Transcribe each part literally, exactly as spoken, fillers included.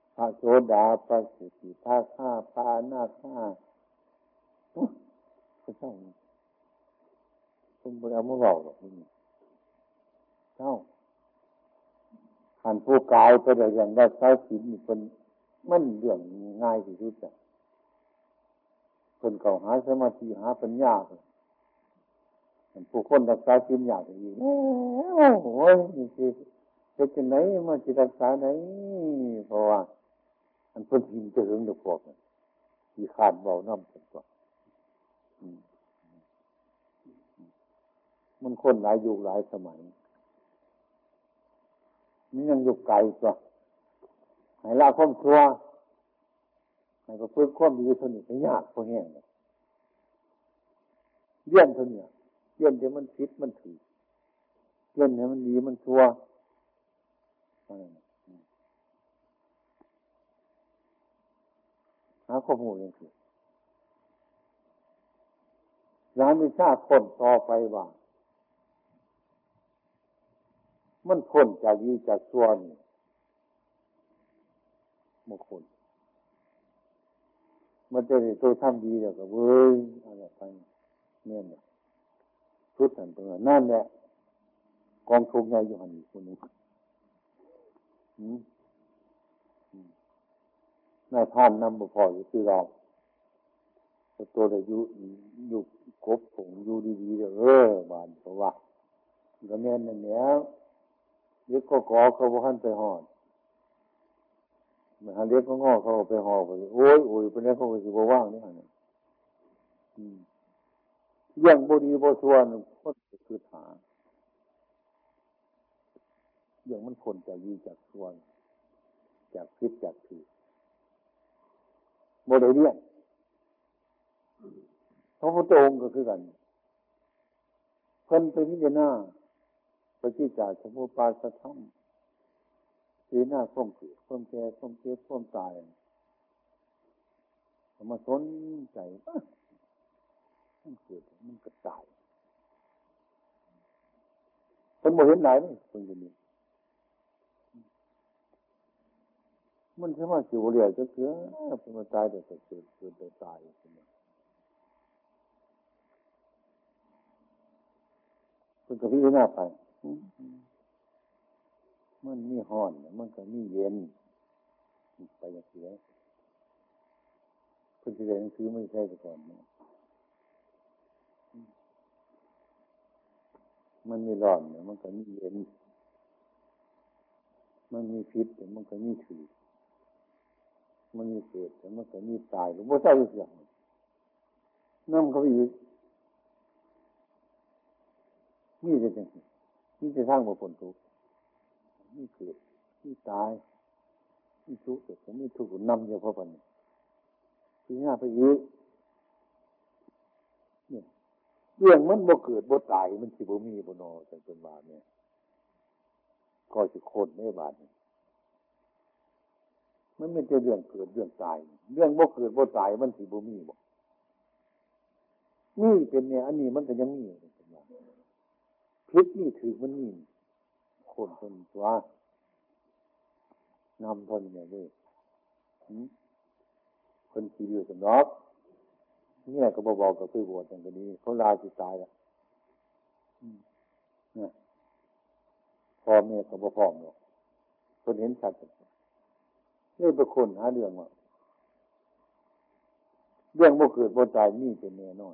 พระโสดาพระสิทธิพระข้าพระอนาคาพระเจ้าคุณบริเอามาบอกหรอกนี่เจ้าขันผู้กายไปได้อย่างได้ใช้ศีลเป็นมันเรื่องง่ายที่สุดจ้ะคนเก่าหาสมาธิหาปัญญาเลยผู้คนรักษาศีลยากอย่างนี้โอ้ยนี่คือจะจะไหนมาจิตรักษาไหนเพราะว่าอันเพิ่นหินจะหึงเด็กพวกที่ขาดเบาน้ำเป็นตัวมันคนหลายยุคหลายสมัยมันยังอยู่ไกลตัวให้ละความชั่วให้ประพฤติความดีเท่านี้ไม่ยากพอแห้งเลยเลี่ยนเท่านี้เลี่ยนเดี๋ยวมันผิดมันถูกเลี่ยนเนี่ยมันดีมันชั่วหาข้อมูลยังคือร้านมีชาติคนต่อไปว่ามันพ้นจากยีจากชั่วนี่บางคนมันจะได้ตัวทำดีแล้วก็เว้ยอะไรไปเนี่ยเนี่ยทุกท่านตรงนั้นนั่นแหละกองทุนใหญ่อยู่หันอีกคนนึงนายท่านนำบุพออยู่คือเราตัวได้อยู่อยู่ครบผงอยู่ดีๆเด้อเออบานเพราะว่าก็แม่นนั่นแหละเล็กก็กอเขาบ่ทันไปฮอดมันหาเล็กก็งอเขาไปฮอดไปโอ้ยโอ้ยเป็นแล้วเขาก็สิบ่ว่างนี่หั่นน่ะอืมเรื่องบ่ดีบ่ชั่วนั่นก็คือหาเรื่องมันพ้นจากดีจากชั่วจากผิดจากถูกบ่ได้เรียนพระพุทธองค์ก็คือกันเพิ่นไปพิจารณาปฏิจจสมุปบาทธรรมพิจารณาความเกิดความแก่ความเจ็บความตายมาสนใจมันเกิดมันก็ตายเพิ่นบ่เห็นไหนนี่เพิ่นอยู่นี่มันสามารถสิบ่เรียกจักเทื่อเพิ่นมาตายได้ก็เกิดเกิดได้ตายเพิ่นก็พิจารณาไปมันมีร้อนมันก็มีเย็นไปอย่างเสียเพิ่นสิได้หนังสือไม่ใช่แต่ก่อนนะมันมีร้อนมันก็มีเย็นมันมีพิษมันก็มีถือมันมีเกิดมันก็มีตายหรือบ่ใช่เสียงนำเข้าไปอีกมีแต่จังซี่มีแต่ทางบ่พ้นทุกข์มีเกิดมีตายมีทุกข์แต่มีทุกข์นำอยู่เพราะปานนี้สิหาไปอีกเนี่ยเรื่องมันบ่เกิดบ่ตายมันสิบ่มีบ่นอจังเป็นว่าเนี่ยก็สิคนในบาดนี้มันไม่ใช่เรื่องเกิดเรื่องตายเรื่องบ่เกิดบ่ตายมันสิบ่มีบ่นี่เป็นเนี่ยอันนี้มันก็ยังมีเป็นว่าผิดนี่ถูกมันมีคนเพิ่นตัวนำเพิ่นเนี่ยเด้หึเพิ่นสิอยู่ซั่นดอกเนี่ยก็บ่บอกก็ไปบวชจังก็ดีเขาลาสิตายแล้วอืมเนี่ยพ่อแม่ก็บ่พร้อมหรอกเพิ่นเห็นชัดนี่เป็นคนหาเรื่องว่าเรื่องบ่เกิดบ่ตายมีเป็นแน่นอน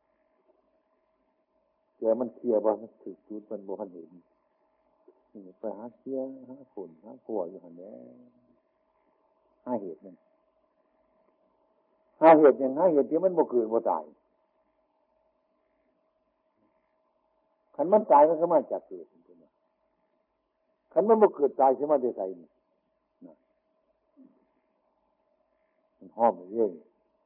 แต่มันเคลียร์บ่ถูกจุดมันบ่ทันเห็นนี่ไปหาเคลียร์หาผลหากลัวอยู่หั่นแหละหาเหตุนั่นหาเหตุอย่างหาเหตุที่มันบ่เกิดบ่ตายคันมันตายมันก็มาจากเกิดคันมันบ่เกิดตายสิมาได้ไสนี่นะมันห้อมเรื่อย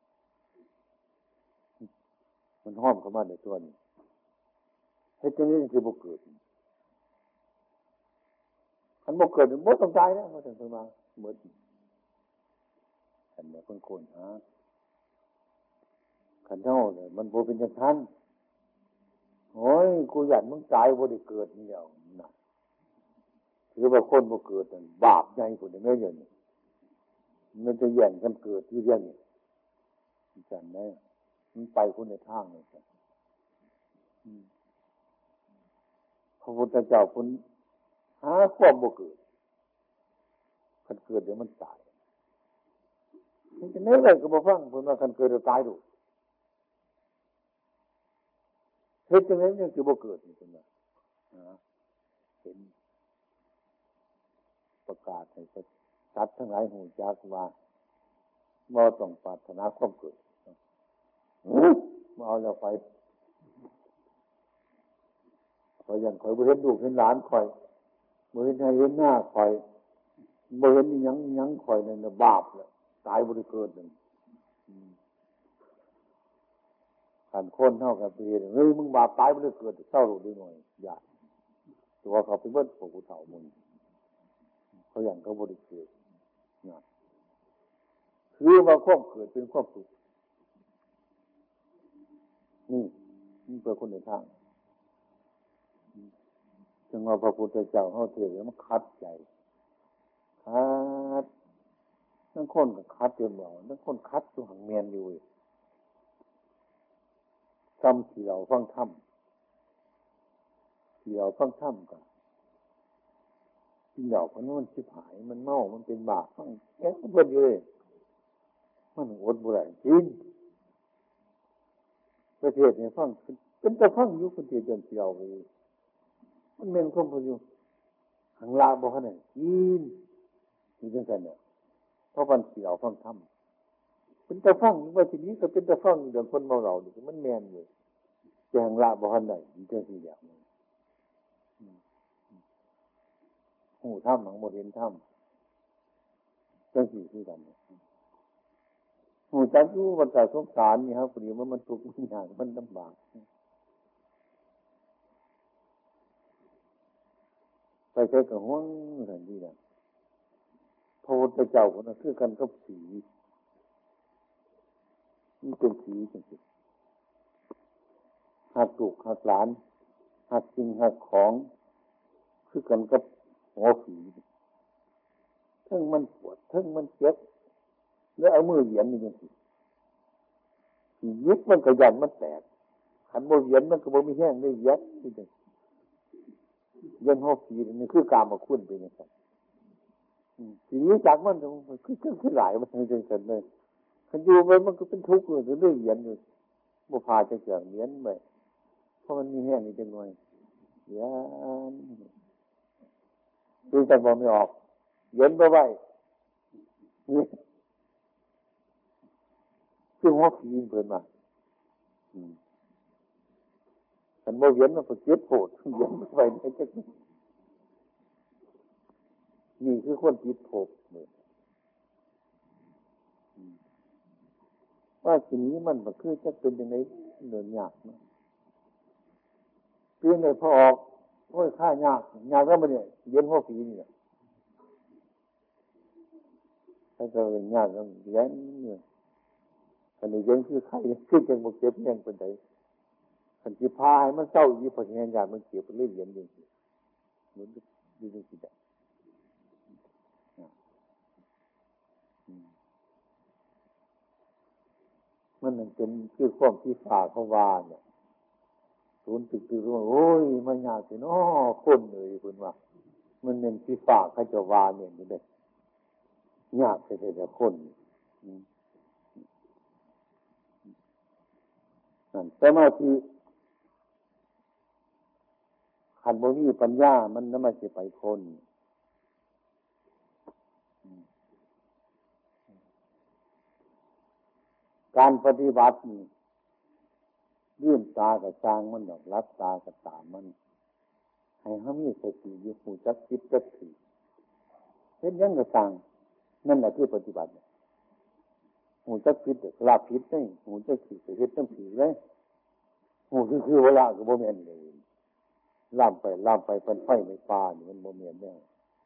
มันห้อมเข้ามาในตัวนี้เฮ็ดจังนี้สิบ่เกิดคันบ่เกิดบ่ต้องตายแล้วบ่ต้องไปมาหมดคันบ่คนคนหาคันเฮาเนี่ยมันบ่เป็นจังซั่นโอ้ยกูอยากมึงตายบ่ได้เกิดนี่แล้วนะถือว่าคนบ่เกิดนั่นบาปใหญ่พุ่นแม่เดี๋ยวนี้มันจะแย่งกันเกิดที่เรื่องนี้จันได้มันไปคนในทางเลยจ้ะพระพุทธเจ้าคุณหาความบ่เกิดคันเกิดเดี๋ยวมันตายมันจะเนื้ออะไรก็บ่ฟังคนว่าคันเกิดเดี๋ยวตายดูเหตุการณ์นี้คือบ่เกิดนี่เป็นไงเห็นประกาศให้สัตว์ทั้งหลายหูจักว่าบ่ต้องปรารถนาความเกิดมาเอาแล้วไปคอยอย่างคอยบ่เห็นลูกเห็นหลานคอยบ่เห็นให้เห็นหน้าคอยบ่เห็นอีหยังอีหยังคอยนั่นน่ะบาปแหละตายบ่ได้เกิดนั่นคันคนเฮากับเฮ็ดเฮ้ยมึงบาปตายบ่ได้เกิดเศร้าโลดได้หน่อยอย่าตัวเขาไปเบิดพวกผู้เฒ่ามึงเขาอย่างเขาบ่ได้เกิดนะคือว่าความเกิดเป็นความสุขนี่นี่เป็นคนในทางจึงว่าพระพุทธเจ้าเฮาเทศน์มันคัดใจคัดทั้งคนก็คัดเต็มบ่ทั้งคนคัดอยู่หังแม่นอยู่ซ้ำที่เราฟังธรรมที่เราฟังธรรมก็ที่เราเพราะมันชิบหายมันเมามันเป็นบาปฟังแก่เพิ่นอยู่เลยมันอดบ่ได้จริงประเทศนี่ฟังเป็นแต่ฟังอยู่คนเดียวจนเที่ยวไปมันแม่นความบ่อยู่หังลาบ่คั่นน่ะกินนี่จังซั่นน่ะเพราะมันสิเอาฟังธรรมเป็นแต่ฟังว่าสินี้ก็เป็นแต่ฟังเดี๋ยวคนเมาเหล้านี่มันแม่นอยู่แต่หังลาบ่คั่นได้จังซี่แล้วหูธรรมหังบ่เห็นธรรมจังซี่คือกันหูจักอยู่ว่าแต่สงสารนี่ครับพอดีว่ามันทุกข์มันยากมันลำบากไปใช้กับห่วงนั่นนี่นะพระพุทธเจ้าคนนั้นคือกันกับผีนี่เป็นผีจริงๆหักลูกหักหลานหักสิ่งหักของคือกันกับหัวผีทั้งมันปวดทั้งมันเจ็บแล้วเอามือเหยียบนี่จังซี่ที่ยึดมันก็ยันมันแตกขันบ่เหยียบมันก็บ่มีแห้งได้ยัดนี่จังยันหัวผีนี่คือกามคุณไปจังซั่นทีนี้จากมันคือคือคือหลายมันจังซั่นเลยคันอยู่ไปมันก็เป็นทุกข์อยู่เรื่อยๆเหยียบอยู่บ่พาจังซี่เหยียบไปเพราะมันมีแห้งนี่จังหน่อยยันดูแต่บ่ไม่ออกเหยียบบ่ไหวนี่คือหัวผีเพิ่นมาอืมคันบ่เหยียบมันก็เจ็บปวดเหยียบไปได้จังนี่คือคนติดภพเนี่ยว่าสิ่งนี้มันก็คือจะเป็นยังไงเดินยากนะเปลี่ยนเลยพอออกโอ้ยค่ายากยากแล้วมันเนี่ยเย็นหัวผีนี่ถ้าจะเป็นยากแล้วเย็นเนี่ยอันนี้เย็นคือไข้คือจังบ่เจ็บแห้งปานใดคันสิพาให้มันเศร้าอีพอแห้งยากมันเจ็บเลยเย็นจริงๆเหมือนอยู่จังซี่แหละมันนั่นเป็นคือความที่ฝาเขาว่าเนี่ยศูนย์ตึกตึกว่าโอ้ยมันยากสิเนาะคนเลยเพิ่นว่ามันเป็นที่ฝาเขาจะว่าเนี่ยนี่เด้ยากแท้ๆคนนั่นสมาธิขันบ่มีปัญญามันนำมาสิไปคนการปฏิบัติยื่นตากับจางมันดอกรับตากับตามันให้เฮามีสติอยู่รู้จักคิดจักถือเฮ็ดหยังก็จางนั่นแหละคือปฏิบัติรู้จักผิดก็ละผิดได้รู้จักผิดก็เฮ็ดจังผิดได้รู้คือคือเวลาก็บ่แม่นเลยล่ามไปล่ามไปเพิ่นไฟในป่านี่มันบ่แม่นแน่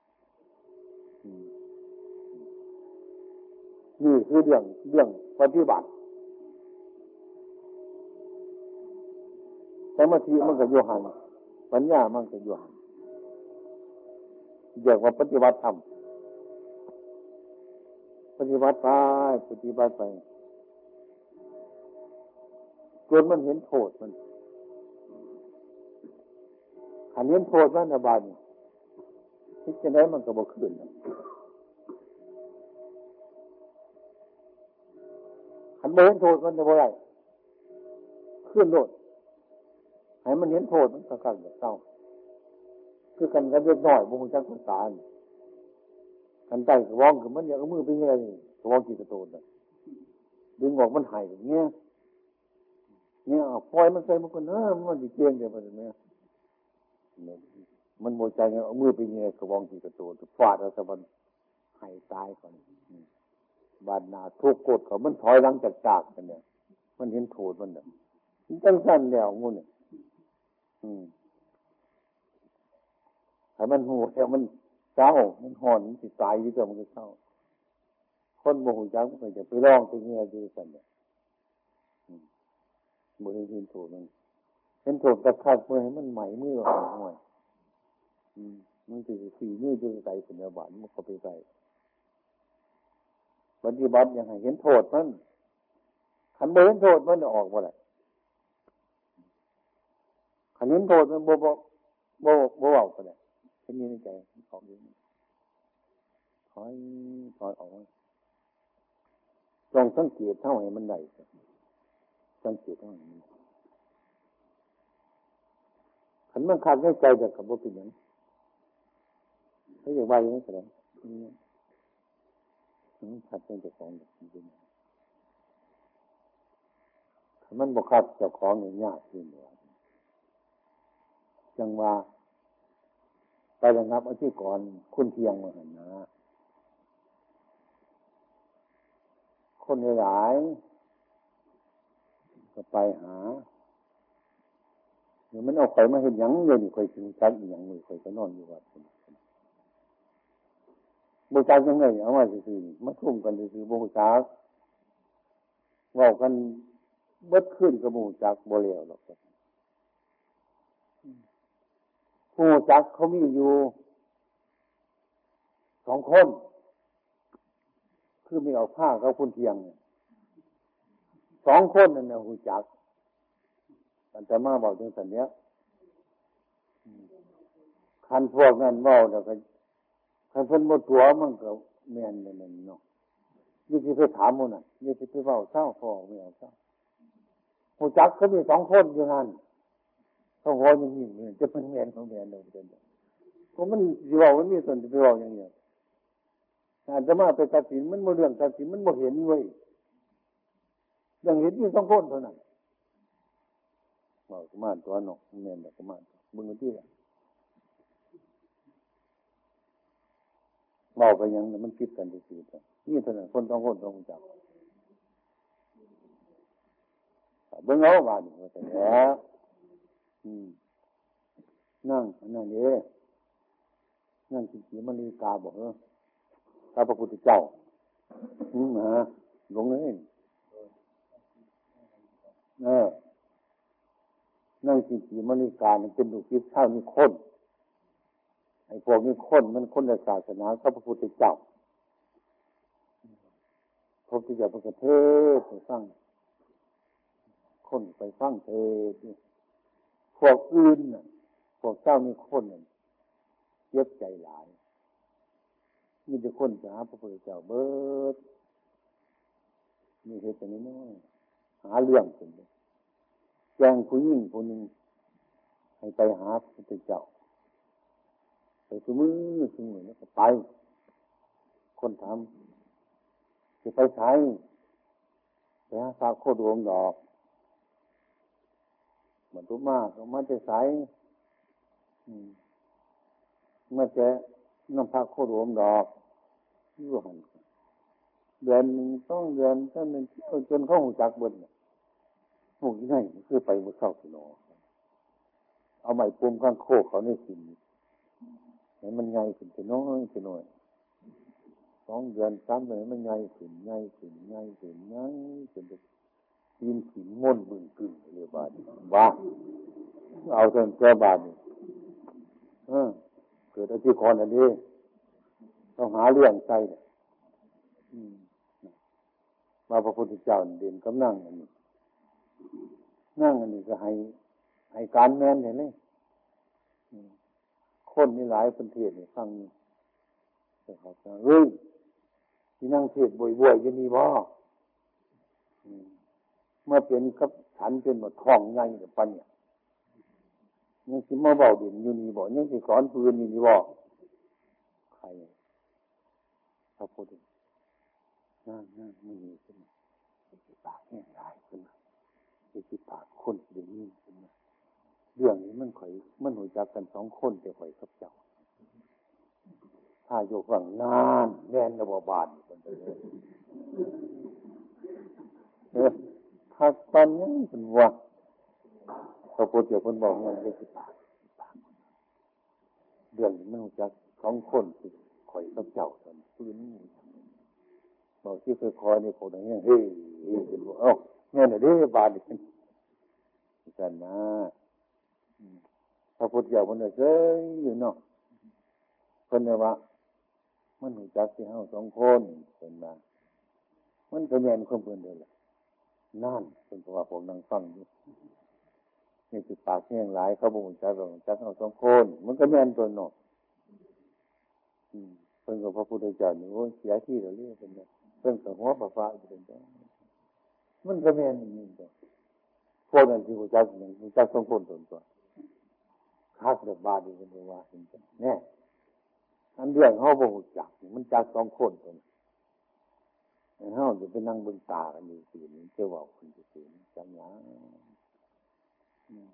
นี่คือเรื่องเรื่องปฏิบัติสมาธิมันก็อยู่หันปัญญามันก็อยู่หันเรียกว่าปฏิบัติธรรมปฏิบัติไปปฏิบัติไปจนมันเห็นโทษมันขันเห็นโทษมันนะบาดนี้คิดจะได้มันก็บ่ขึ้นขันบ่เห็นโทษมันจะบ่ได้ขึ้นโลดให้มันเห็นโทษมันก็กันแบบเศร้าคือกันกันเล็กน้อยบ่ฮู้จักภาษากันใจกระวองคือมันอยากเอามือไปเงี้ยกระวองกี่กระโตนน่ะดึงออกมันหายอย่างเงี้ยเนี่ยปล่อยมันใส่มันก็เนอะมันสิเกียงเดี๋ยวมันเนี่ยมันโมใจเงี้ยเอามือไปเงี้ยกระวองกี่กระโตนฟาดเอาซะมันหายตายก่อนบาดหน้าทุกกดเขามันถอยหลังจากจากกันเนี่ยมันเห็นโทษมันน่ะมันจังซั่นแล้วงูเนี่ยอืมให้มันหูแล้วมันเศร้ามันห่อนมันสิตายอยู่ก็มันก็เศร้าคนบ่ฮู้จักมันก็จะไปร้องไปเงี้ยอยู่ซั่นเนี่ยอืมบ่ได้เห็นโทษมันเห็นโทษกระคักมือให้มันไหมมือออกห่วยอืมมันสิสีมือจนใส่ขึ้นแล้วบาดมันก็ไปใส่ปฏิบัติอย่างให้เห็นโทษมันคันบ่เห็นโทษมันออกบ่ได้คันเห็นโทษมันบ่บ่บ่บ่เว้าก็ได้เห็นอยู่ในใจออกอยู่ถอยถอยออกลองสังเกตเท่าให้มันได้สังเกตเท่าให้มันคันมันขาดในใจแต่ก็บ่เป็นหยังเขาอยากว่าอย่างนี้ก็ได้มันขาดในเจ้าของจริงๆคันมันบ่ขาดเจ้าของนี่ยากขึ้นว่าจังว่าไประงับเอาที่ก่อนคุณเทียงมาหันนะคนหลายก็ไปหาเดี๋ยวมันเอาไข่มาเห็นหยังเลยนี่ค่อยถึงจักอีหยังเลยค่อยก็นอนอยู่วัดบ่จักยังไงเอามาซื่อๆมาทุ่มกันซื่อๆบ่ฮู้จักเว้ากันเบิดขึ้นก็บ่ฮู้จักบ่แล้วหรอกผู้จักเขามีอยู่สองคนคือไม่เอาผ้าเขาคุณเทียงสองคนนั่นนะผู้จักมันจะมาบอกถึงสันเนี้ยคันพวกนั้นเว้าแล้วก็คันเพิ่นบ่ตัวมันก็แม่นนั่นเนาะนี่สิไปถามมันน่ะนี่สิไปเว้าเศร้าพอไม่เอาเศร้าผู้จักเขามีสองคนอยู่นั่นเขาหัวอย่างนี้เนี่ยจะเป็นแมนของแมนเลยเป็นเพราะมันสิเว้ามันมีส่วนที่ไปเว้าอย่างเงี้ยอาจจะมาไปตัดสินมันบ่เรื่องตัดสินมันบ่เห็นเว้ยอย่างเห็นมีสองคนเท่านั้นเว้ากุมารตัวเนาะแม่นแบบกุมารมึงก็ที่ล่ะเว้าไปหยังมันคิดกันซื่อๆนี่เท่านั้นคนสองคนต้องรู้จักเบิ่งเอาว่านี่ว่าแต่แล้วอืมนั่งนั่นเด้นั่งสิสีมณีกาบอกเออพระพุทธเจ้าอืมฮะหลงเลยเออนั่งสิสีมณีกามันเป็นลูกศิษย์เท่านี้คนไอ้พวกนี้คนมันคนในศาสนาพระพุทธเจ้าพระพุทธเจ้าพระเทศไปฟังคนไปฟังเทศพวกอื่นน่ะพวกเจ้ามีคนน่ะเย็บใจหลายมีแต่คนจะหาพระพุทธเจ้าเบิดมีเหตุแต่น้อยหาเรื่องขึ้นแจ้งผู้หญิงผู้หนึ่งให้ไปหาพระพุทธเจ้าไปสมือสมือแล้วก็ไปคนถามจะไปใช้ไปหาพระโคดวงดอกบรรทุกมากมันจะใสมันจะน้ำพระโคดวงดอกอยู่หันเดือนหนึ่งต้องเดือนถ้ามันเที่ยวจนเขาหูจักเบิ้ลหูที่ไหนคือไปมือเข้าสิโนเอาไม้ปุ่มข้างโคกเขาในสินให้มันใหญ่ขึ้นจะน้อยจะน้อยสองเดือนสามเดือนมันใหญ่ขึ้นใหญ่ขึ้นใหญ่ขึ้นใหญ่ขึ้นยินขินม่นบึงกึ่งเรียบาดว่าเอาจนเจ้าบาดนี่เออเกิดอะไรที่คอนอันนี้ต้องหาเรื่องใจเนี่ยว่าพระพุทธเจ้าเด่นกับนั่งอันนี้นั่งอันนี้ก็ให้ให้การแม่นเห็นไหมคนนี่หลายประเทศนี่ฟังนี่แต่เขาจะเฮ้ยที่นั่งเทศบ่อยๆจะมีบ่เมื่อเป็นกับฉันเป็นหมดท้องใหญ่แบบปันเนี่ยยังสิมาเบาเด่นอยู่นี่บ่ยังสิสอนปืนอยู่นี่บ่ใครพระพุทธนั่งนั่งไม่มีขึ้นมาปากแห้งได้ขึ้นมาที่ปากคนเดี๋ยวนี้ขึ้นมาเรื่องนี้มันข่อยมันหัวจักกันสองคนแต่ข่อยกับเจ้าถ้าโยกว่างนานแน่นระบบาลเออถ้าตอนนี้เป็นว่าพระพุทธเจ้าคนบอกว่าไม่ใช่ปากเรื่องนี้มันหัวจักสองคนคือข่อยกับเจ้าตอนปืนบอกที่เคยคอยในพวกนั้นเฮ้ยเฮ้ยเป็นว่าเอ้าแม่น่ะเด้บาดนี่กันนะพระพุทธเจ้าคนเดียวเฉยอยู่เนาะคนเดียวว่ามันหูจักที่เฮาสองคนเป็นมามันก็แม่นความเพิ่นเด้อล่ะนั่นเป็นเพราะว่าผมนั่งฟังอยู่นี่สิปากแห้งหลายเขาบ่ฮู้จักหรอกจักเฮาสองคนมันก็แม่นตัวเนาะอืมเพิ่นก็พระพุทธเจ้านี่โอ้เสียที่แล้วเรียกเป็นเพิ่นก็หัวปะฟ้าอยู่เป็นจังมันก็แม่นนี่จ้ะพวกนั้นสิฮู้จักนี่ฮู้จักสองคนตัวตัวคักแบบบาดนี่เป็นว่าเห็นจังแน่อันเรื่องเฮาบ่ฮู้จักมันจักสองคนตัวนี้เฮาจะไปนั่งเบิ่งตากันอยู่ซื่อนี่เจ้าเว้าคนซื่อนี่จังหยังอืม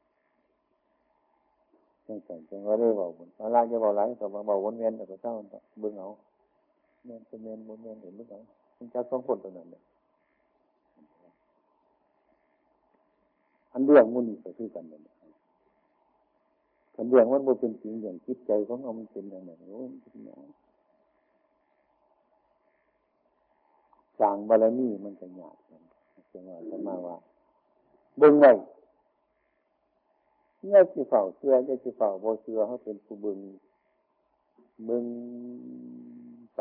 จังซั่นจังว่าได้เว้าบ่เวลาจะเว้าหลายก็มาเว้าวนเวียนแล้วก็เซาเบิ่งเอาแม่นเป็นแม่นบ่แม่นเห็นบ่เอามันจักสองคนตัวนั้นน่ะอันเรื่องมื้อนี้ก็คือกันนั่นแหละคันเรื่องมันบ่เป็นจริงอย่างจิตใจของเรามันเป็นอย่างนั้นโอ้ยเป็นอย่างนั้นสร้างบารมีมันก็ยากนะจังว่าจะมาว่าเบิ่งไว้เนี่ยสิเฝ้าเชื่อจะสิเฝ้าบ่เชื่อเฮาเป็นผู้เบิ่งเบิ่งไป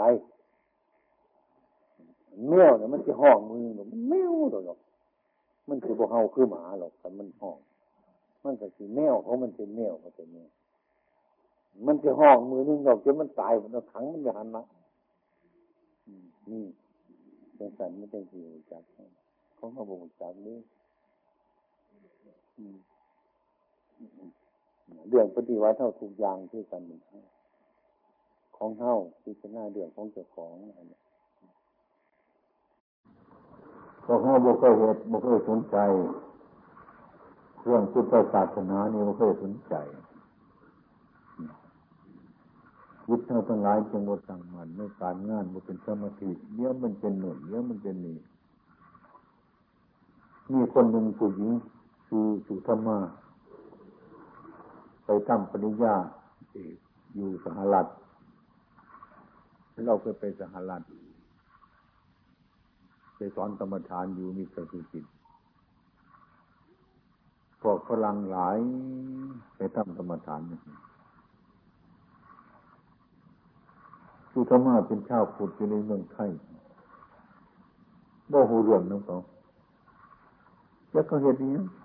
แมวเนี่ยมันสิห้องมือมันแมวดอกมันสิบ่เห่าคือหมาหรอกแต่มันห้องมันก็สิแมวเพราะมันเป็นแมวก็เป็นแมวมันสิห้องมือนึงดอกจนมันตายมันขังมันอยู่หั่นน่ะอืมนี่จังซั่นมันจังสิรู้จักของเฮาบ่รู้จักนี่อืมเรื่องปฏิวัติเฮาทุกอย่างคือกันหมดของเฮาพิจารณาเรื่องของเจ้าของอันนี้พวกเฮาบ่เคยเฮ็ดบ่เคยสนใจเรื่องพุทธศาสนานี่บ่เคยสนใจจิตเฮาทั้งหลายจงบ่ตั้งมั่นในการงานบ่เป็นสมาธิเดี๋ยวมันเป็นโน่นเดี๋ยวมันเป็นนี่มีคนหนึ่งผู้หญิงชื่อสุธรรมาไปทำปริญญาเอกอยู่สหรัฐเราเคยไปสหรัฐไปสอนกรรมฐานอยู่มีสติจิตพวกฝรั่งหลายไปทำกรรมฐานสุธรรมาเป็นชาวพุทธอยู่ในเมืองไทยบ่ฮู้เรื่องนำเขาแล้วก็เฮ็ดอีหยัง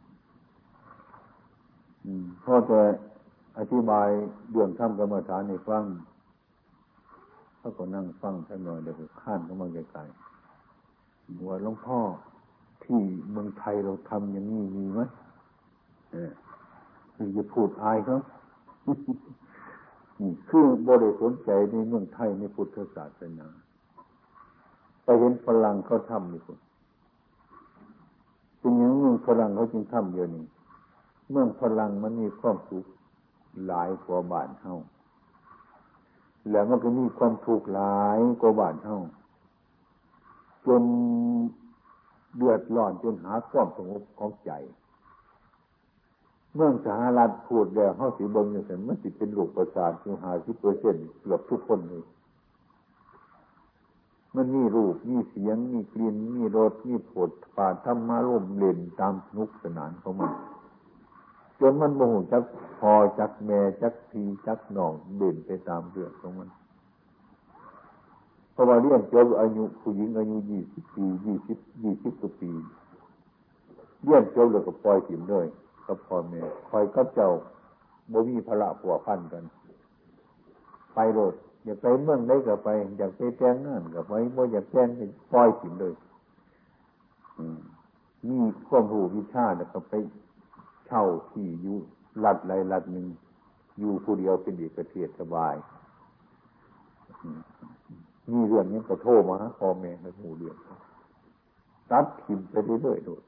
อืมพอจะอธิบายเรื่องทำกรรมฐานให้ฟังเขาก็นั่งฟังสักหน่อยเดี๋ยวก็ข้านเข้ามาไกลๆว่าหลวงพ่อที่เมืองไทยเราทำอย่างนี้มีไหมเออคือจะพูดอายเขาคือบ่ได้สนใจในเมืองไทยในพุทธศาสนาไปเห็นฝรั่งเขาทำนี่คุณเป็นอย่างเมืองฝรั่งเขาจึงทำเยอะนี่เมืองฝรั่งมันมีความสุขหลายกว่าบ้านเฮาแล้วมันก็มีความทุกข์หลายกว่าบ้านเฮาจนเดือดร้อนจนหาความสงบของใจเมืองสหรัฐพูดแล้วเฮาสิเบิ่งจังซั่นมันสิเป็นโรคประสาทอยู่ ห้าสิบเปอร์เซ็นต์ เกือบทุกคนเลยมันมีรูปมีเสียงมีกลิ่นมีรสมีโผฏฐัพพะธรรมารมณ์เล่นตามสนุกสนานของมันจนมันบ่ฮู้จักพอจักแม่จักพี่จักน้องเด่นไปตามเรื่องของมันเพราะว่าเรียนจบอายุผู้หญิงอายุยี่สิบปียี่สิบยี่สิบกว่าปีเรียนจบแล้วก็ปล่อยถิ่มเลยกับพ่อแม่คอยกับเจ้าบ่มีภาระผัวพันกันไปโลดอยากไปเมืองได้ก็ไปอยากไปแต่งงานก็ไปบ่อยากแต่งก็ปล่อยถิ่มเลยมีความรู้วิชาแล้วก็ไปเช่าที่อยู่รัฐใดรัฐหนึ่งอยู่ผู้เดียวเป็นเอกเทศสบายมีเรื่องนี้ก็โทรมาหาพ่อแม่ให้หูเรื่องตัดถิ่มไปเรื่อยๆโดย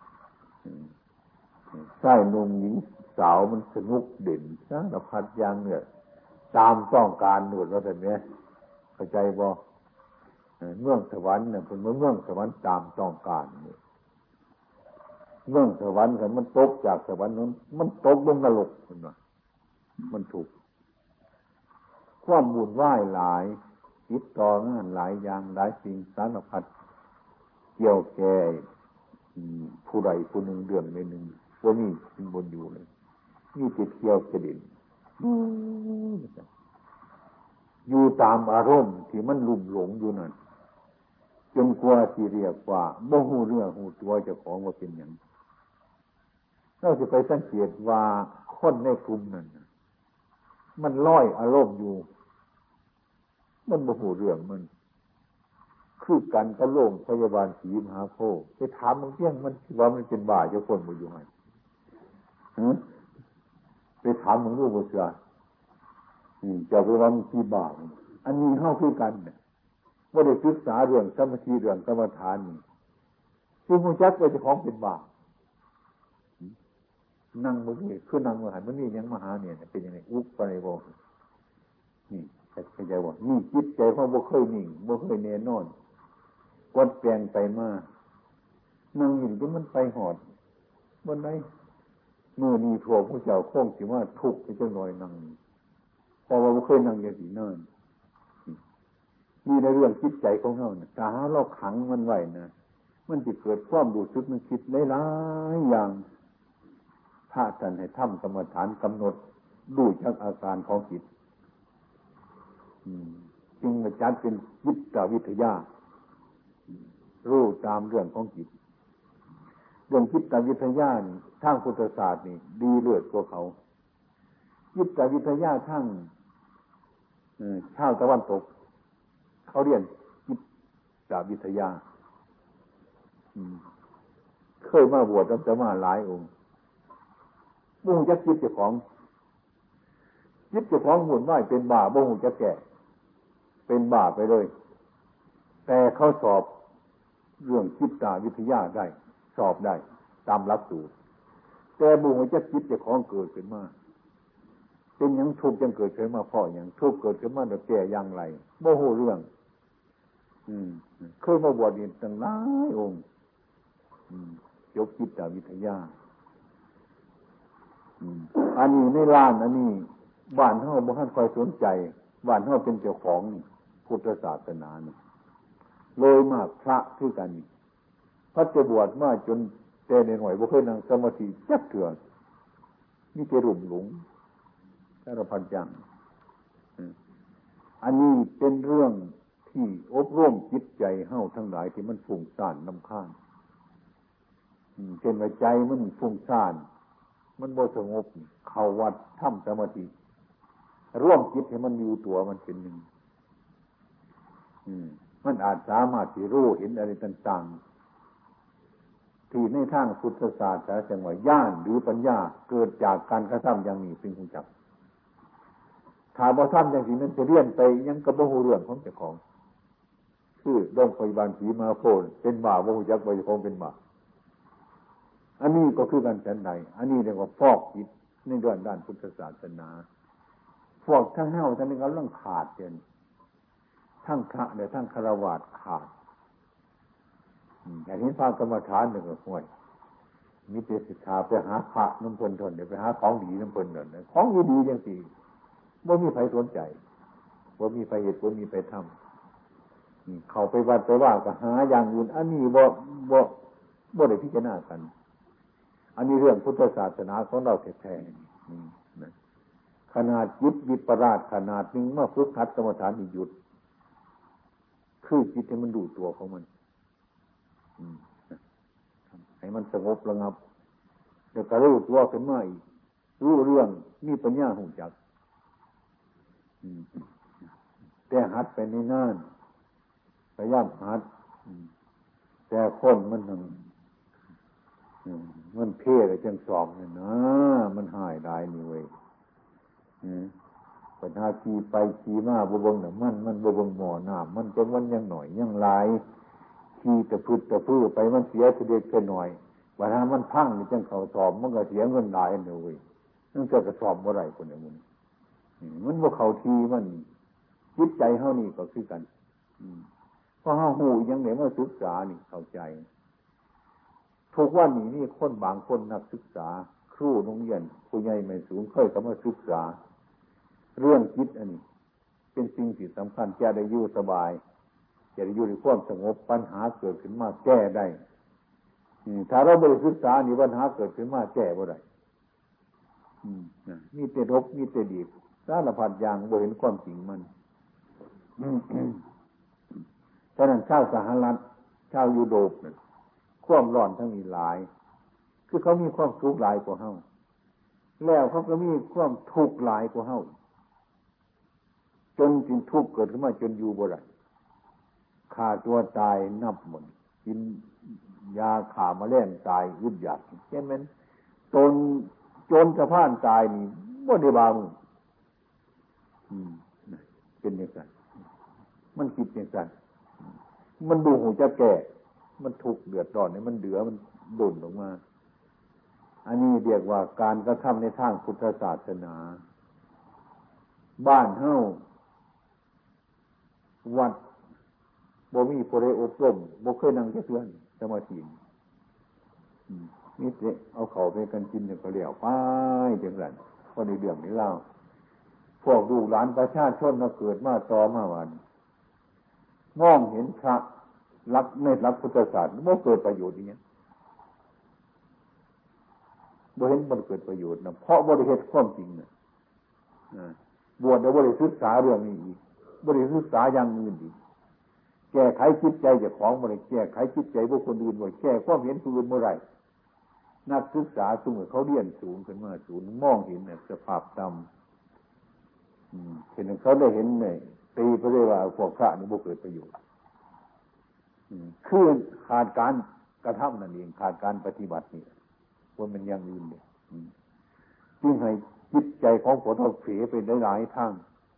ใช่นมหญิงสาวมันสนุกเด่นสารพัดอย่างเนี่ยตามต้องการหนวดว่าแต่เนี้ยเข้าใจบ่เมืองสวรรค์เนี่ยเป็นเมืองสวรรค์ตามต้องการเนี่ยเมืองสวรรค์แต่มันตกจากสวรรค์นั้นมันตกลงนรกมันว่ามันถูกความบุญไหว้หลายติดต่องานหลายอย่างหลายสิ่งสารพัดเกี่ยวแก่ผู้ใดผู้หนึ่งเดือนในหนึ่งว่ามีเป็นบนอยู่เลยมีติดเที่ยวกระดิ่งอยู่ตามอารมณ์ที่มันลุ่มหลงอยู่นั่นจนกว่าที่เรียกว่าโมโหเรื่องหูตัวเจ้าของว่าเป็นอย่างเราจะไปสังเกตว่าคนในกลุ่มนั้นมันลอยอารมณ์อยู่มันโมโหเรื่องมันคือกันก็โล่งพยาบาลศรีมหาโพธิ์ไปถามมันเที่ยงมันว่ามันเป็นบ้าเจ้าคนมาอยู่ไหนไปถามมึงรู้บ่เสือจะไปว่ามันที่บ้าอันนี้เข้าคือกันเนี่ยว่าได้ศึกษาเรื่องสมาธิเรื่องกรรมฐานนี่คือมูจักว่าเจ้าของเป็นบ้านั่งมือนี่คือนั่งมือหันมันนี่ยังมหาเนี่ยเป็นยังไงอุปไปบอกนี่เข้าใจว่านี่จิตใจเขาบ่เคยนิ่งบ่เคยแน่นอนกดแปลงไปมานั่งอยู่จนมันไปหอดบนไหนเมื่อนี้พวกผู้เจ้าคงสิว่าทุกข์ไปจังหน่อยนั่งเพราะว่าบ่เคยนั่งอย่างนี้นั่นมีในเรื่องจิตใจของเราเนี่ยถ้าเราขังมันไว้นะมันจะเกิดความรู้สึกนึกคิดหลายๆอย่างพระท่านให้ทำกรรมฐานกำหนดดูจากอาการของจิตจึงมาจัดเป็นจิตวิทยารู้ตามเรื่องของจิตเรื่องจิตวิทยาทางพุทธศาสตร์นี่ดีเลิศกว่าเขาจิตวิทยาทางชาวตะวันตกเขาเรียนจิตวิทยาเคยมาบวชแล้วจะมาหลายองค์บ่ฮู้จักจิตเจ้าของจิตเจ้าของหมุนไหวเป็นบ้าบ่ฮู้จักแก่เป็นบ้าไปเลยแต่เขาสอบเรื่องจิตวิทยาได้สอบได้ตามหลักสูตรแต่บ่ฮู้จักจิตเจ้าของเกิดขึ้นมาเป็นหยังทุกข์จังเกิดขึ้นมาเพราะหยังทุกข์เกิดขึ้นมาแล้วแก้อย่างไรบ่ฮู้เรื่องอืมเคยมาบวชนี่ตั้งหลายองค์อืมยกจิตวิทยาอันนี้ในร้านอันนี้บ้านเฮาบ่ทันค่อยสนใจบ้านเฮาเป็นเจ้าของพุทธศาสนานี่เลยมากพระคือกันนี่พระจะบวชมาจนแต่ในหน่อยบ่เคยนั่งสมาธิจักเทื่อมีแต่รุ่มหลงสารพัดอย่างอันนี้เป็นเรื่องที่อบรมจิตใจเฮาทั้งหลายที่มันฟุ้งซ่านรำคาญเช่นว่าใจมันฟุ้งซ่านมันบ่สงบเข้าวัดทำสมาธิร่วมจิตให้มันอยู่ตัวมันเป็นหนึ่งมันอาจสามารถที่รู้เห็นอะไรต่างๆที่ในทางพุทธศาสนาจังว่าญาณหรือปัญญาเกิดจากการกระทำอย่างนี้เป็นผู้จับถ้าบ่ทำอย่างนี้นั้นจะเรียนไปยังกระบ่ฮู้เรื่องของเจ้าของคือโรงพยาบาลศรีมหาโพธิ์เป็นบาปบ่ฮู้จักว่าเจ้าของเป็นบาปอันนี้ก็คือการฉันใดอันนี้เรียกว่าฟอกจิตในด้านด้านพุทธศาสนาฟอกทั้งเฮาทั้งนี้ก็เรื่องขาดเด่นทั้งพระเนี่ยทั้งฆราวาสขาดอย่างนี้พระกรรมฐานหนึ่งก็ห่วยมีแต่ศึกษาไปหาพระน้ำเพลินทนเดี๋ยวไปหาของดีน้ำเพลินทนของดีๆอย่างสี่บ่มีใครสนใจบ่มีใครเหตุบ่มีใครทำเขาไปวัดไปว่าก็หาอย่างอื่นอันนี้บ่บ่บ่ได้พิจารณากันอันนี้เรื่องพุทธศาสนาของเราแท้ๆนะขนาดจิตวิปลาสขนาดนึงเมื่อฝึกหัดกรรมฐานนี่หยุดคือจิตให้มันดูตัวของมันให้มันสงบระงับเดี๋ยวก็รู้ตัวขึ้นมาอีกรู้เรื่องมีปัญญาหูจักแต่หัดไปในน่านพยายามหัดแต่คนมันทั้งมันเพ่เลยจังสอบเนี่ยนะมันหายได้นี่เว้ยปัญหาขี่ไปขี่มาบวงน่ะมันมันบวงหมอหน้ามันจังมันยังหน่อยยังหลายขี่ตะพืดตะพื้ไปมันเสียเสด็จแค่หน่อยปัญหามันพังนี่จังเขาสอบมันก็เสียเงินหลายเนี่ยเว้ยนั่นก็กระสอบบ่ไรคนเนี่ยมันมันบ่เข้าทีมันจิตใจเฮานี่ก็คือกันเพราะเฮาหูยังได้มาศึกษานี่เข้าใจทุกวันนี้นี่คนบางคนนักศึกษาครูโรงเรียนผู้ใหญ่ไม่สูงเคยเข้ามาศึกษาเรื่องจิตอันนี้เป็นสิ่งที่สำคัญจะได้อยู่สบายจะได้อยู่ในความสงบปัญหาเกิดขึ้นมาแก้ได้ถ้าเราไม่ได้ศึกษานี่ปัญหาเกิดขึ้นมาแก้บ่ได้มีแต่รบมีแต่ดีสารพัดอย่างบ่เห็นความจริงมันฉะนั้นชาวสหรัฐชาวยุโรปเนี่ยความร้อนทั้งนี้หลายคือเขามีความทุกข์หลายกว่าเฮาแล้วเขาก็มีความทุกข์หลายกว่าเฮาจนจึงทุกข์เกิดขึ้นมาจนอยู่บ่ได้ฆ่าตัวตายนับหมดกินยาฆ่าแมลงตายอึดอยากใช่ไหมจนจนสะพานตายนี่บ่ได้บามือเป็นอย่างนั้นมันคิดอย่างนั้นมันดูหูจะแก่มันทุกข์เดือดร้อนเนี่ยมันเดือดมันดุ่นออกมาอันนี้เรียกว่าการกระทำในทางพุทธศาสนาบ้านเฮาวัดบ่มีผู้ใดอบรมบ่เคยนั่งจักเทื่อสมาธินี่สิเอาเข้าไปกันกินเนี่ยก็แล้วไปจังซั่นพอในเรื่องนี้เล่าพวกลูกหลานประชาชนมาเกิดมาต่อมาวันมองเห็นพระรักในรักพุทธศาสนาบ่เกิดประโยชน์อีหยังบ่เห็นบ่เกิดประโยชน์นะเพราะบ่ได้เฮ็ดความจริงน่ะบวชแล้วบ่ได้ศึกษาเรื่องนี้อีกบ่ได้ศึกษาอย่างอื่นอีกแก้ไขจิตใจเจ้าของบ่ได้แก้ไขจิตใจบุคคลอื่นบ่แก้ความเห็นผู้อื่นบ่ได้นักศึกษาซุมื้อเขาเรียนสูงขึ้นมาสูงมองเห็นเนี่ยสภาพต่ำอืมเห็นเขาได้เห็นเนี่ยตีไปเลยว่าพวกพระนี่บ่เกิดประโยชน์อืมคือขาดการกระทำนั่นเองขาดการปฏิบัตินี่ว่ามันอย่างอื่นเนี่ยจึงให้จิตใจของพวกเราเผลอไปได้หลายทาง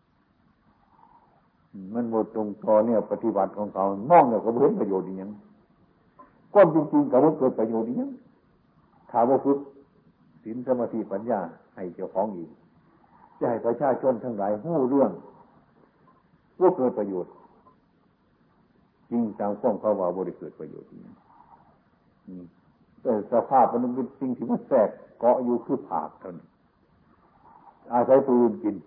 มันหมดตรงตอเนี่ยปฏิบัติของเขามองเนี่ยก็เห็นประโยชน์อีหยังความจริงๆก็บ่เกิดประโยชน์อีหยังถ้าว่าฝึกศีลสมาธิปัญญาให้เจ้าของอีกจะให้ประชาชนทั้งหลายรู้เรื่องว่าเกิดประโยชน์จริงตามข้อเขาว่าบ่ได้เกิดประโยชน์นี่แต่สภาพมันเป็นสิ่งที่มันแทรกเกาะอยู่คือผากเท่านั้นอาศัยปืนกิน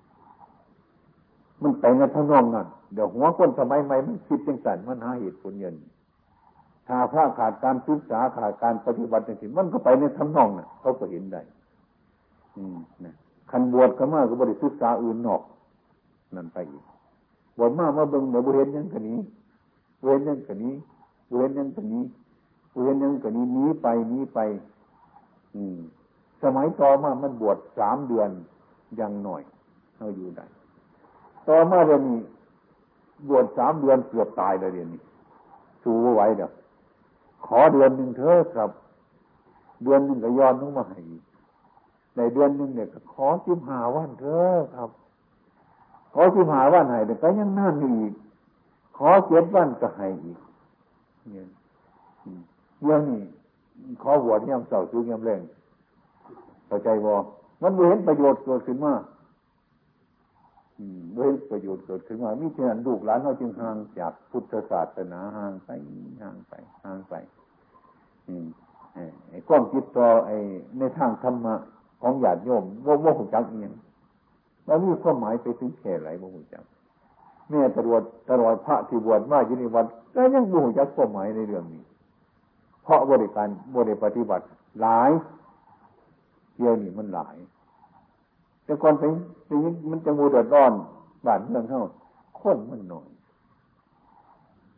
มันไปในทางนองนั่นเดี๋ยวหัวคนสมัยใหม่มันคิดจังซั่นมันหาเหตุผลเงินถ้าพระขาดการศึกษาขาดการปฏิบัติจังซี่มันก็ไปในทางนองน่ะเขาก็เห็นได้อืมนะคันบวชก็มาก็บ่ได้ศึกษาอื่นนอกนั่นไปอีกบวชมามาเบิ่งเดี๋ยวบ่เห็นหยังก็หนีบ่เห็นหยังก็หนีบ่เห็นหยังก็หนีบ่เห็นหยังก็หนีหนีไปหนีไปอืมสมัยต่อมามันบวชสามเดือนยังหน่อยเฮาอยู่ได้ต่อมาเดี๋ยวนี้บวชสามเดือนเกือบตายเลยเดี๋ยวนี้สู้บ่ไหวเด้อขอเดือนนึงเถอะครับเดือนนึงก็ย้อนลงมาให้ในเดือนนึงเนี่ยก็ขอสิบห้าวันเถอะครับขอสิบห้าวันให้แต่ก็ยังนานอีกขอเจ็ดวันก็ให้อีกเนี่ยเรื่องนี้ขอบวชยามเช้าสุกยามแลงเข้าใจบ่มันบ่เห็นประโยชน์เกิดขึ้นมาอืมบ่เห็นประโยชน์เกิดขึ้นมามิฉะนั้นลูกหลานเฮาจึงห่างจากพุทธศาสนาห่างไปห่างไปห่างไปอืมไอ้ความคิดต่อไอ้ในทางธรรมะของญาติโยมบ่บ่ฮู้จักอีหยังแล้วมีความหมายไปถึงแค่ไหนบ่ฮู้จักแม้ตลอดตลอดพระที่บวชมาอยู่ในวัดก็ยังบ่ฮู้จักความหมายในเรื่องนี้เพราะบริการบ่ได้ปฏิบัติหลายเดี๋ยวนี้มันหลายแต่ก่อนเป็นมันจะมูเดือดร้อนบ้านเมืองเฮาคนมันน้อย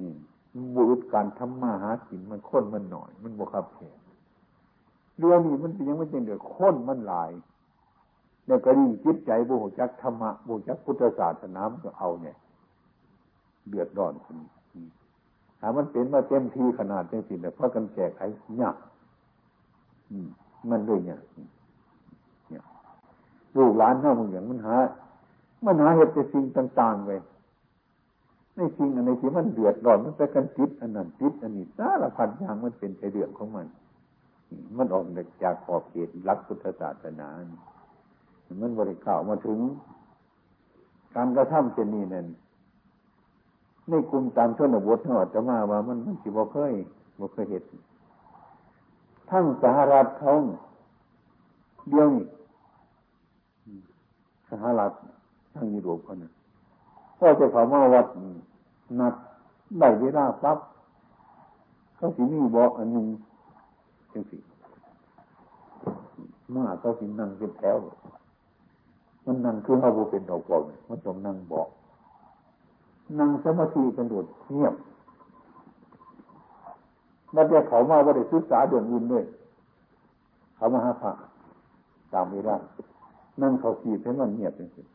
บุรุษการทำมาหากินมันค้นมันหน่อยมันบ่คับแขนเรื่องนี้มันยังไม่จริงเดือดค้นมันหลายเนี่ยก็ดีจิตใจบ่ฮู้จักธรรมะบ่ฮู้จักพุทธศาสนาก็เอาเนี่ยเดือดร้อนคนถ้ามันเป็นมาเต็มที่ขนาดจังซี่เนี่ยพากันแก้ไขยากอืมมันด้วยเนี่ยเนี่ยลูกหลานเฮาบางอย่างมันหามันหาเฮ็ดแต่สิ่งต่างๆไว้ในสิ่งอันไหนที่มันเดือดร้อนมันไปกันติดอันนั้นติดอันนี้สารพัดอย่างมันเป็นไปเรื่องของมันมันออกจากขอบเขตหลักพุทธศาสนามันบริเข้ามาถึงการกระทำเช่นนี้นั่นในกลุ่มตามชนบททั้งหมดจะมาว่ามันมันสิบ่เคยบ่เคยเห็นทั้งสหรัฐเขาเดียวนี่สหรัฐทั้งยุโรปเขาเนี่ยก็จะเข้ามาวัดนัดได้เวลาปั๊บเขาสิมีบอกอันหนึ่งจังสิมาเขาสินั่งเป็นแถวมันนั่งคือเขาบ่เป็นดอกบอลมันต้องนั่งบอกนั่งสมาธิกันโดดเงียบนัดเดียวเขามาว่าได้ศึกษาเดือนอื่นด้วยเขามาหาพระตามเวลานั่งเขาขีดให้มันเงียบจังสิ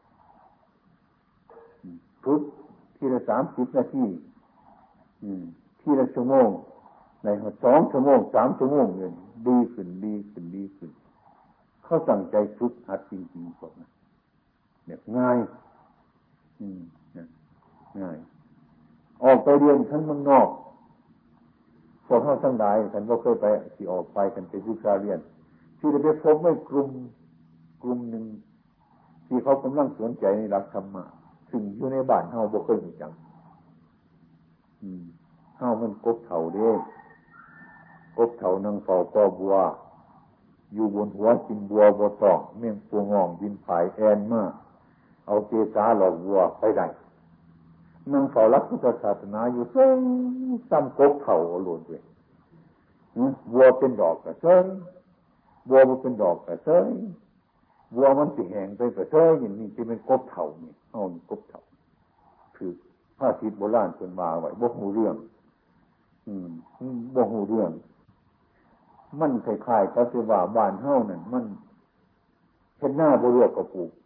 ทุกทีละสามสิบนาทีทีละชั่วโมงในสองชั่วโมงสามชั่วโมงเลยดีขึ้นดีขึ้นดีขึ้นเขาตั้งใจฝึกหัดจริงๆพวกนั้นเนี่ยง่ายอืมง่ายออกไปเรียนทั้งเมืองนอกพวกเขาทั้งหลายฉันก็เคยไปที่ออกไปกันไปศึกษาเรียนที่ได้ไปพบไม่กลุ่มกลุ่มหนึ่งที่เขากำลังสนใจในหลักธรรมะซึ่งอยู่ในบ้านเฮาบ่เคยมีจังอืมเฮามันกบเฒ่าเด้กบเฒ่านั่งเฝ้าปอบัวอยู่บนหัวกินบัวบ่ต้องเมี่ยงปัวงองบินผายแอนมาเอาเจสาหลอกบัวไปได้นั่งเฝ้ารักพุทธศาสนาอยู่เซ้งซ้ำกบเฒ่าเอาโลดเว้ยบัวเป็นดอกก็เซ้งบัวบ่เป็นดอกก็เซ้งบัวมันสิแห้งไปก็เซ้งอย่างนี้ที่เป็นกบเฒ่านี่เฮานี่กบเฒ่าคือพระทิศโบราณเพิ่นว่าไว้บ่ฮู้เรื่องอืมบ่ฮู้เรื่องมันคล้ายๆกับที่ว่าบ้านเฮานั่นมันเฮ็ดหน้าบ่เลือกก็ปลูก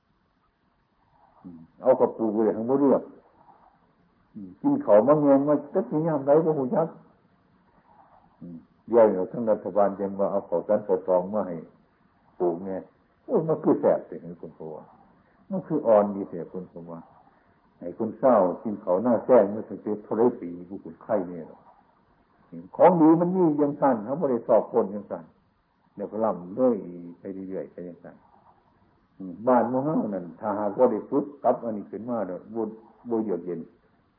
เอากระปลูกไว้ทั้งบ่เลือกกินข้าวมะเงงมาจักสิยามใดบ่ฮู้จักเดี๋ยวเนี่ยทั้งรัฐบาลยังว่าเอาข้าวสารข้าวตองมาให้ปลูกแน่โอ้มันคือแซ่บสิให้คุณพ่อมันคืออ่อนดีแท้คุณพ่อว่าให้คุณเศร้ากินข้าวหน้าแซ่บมันสิเป็นเท่าไรปีผู้คุณไข้เนี่ยของดีมันมีอย่างสั้นเขาไม่ได้สอบคนอย่างสั้นเดี๋ยวก็ล่ำเรื่อยไปเรื่อยๆไปอย่างสั้นบ้านมุ่งเฮานั่นถ้าหากว่าได้ฝึกกับอันนี้ขึ้นมาเนี่ยบุบุเยือกเย็น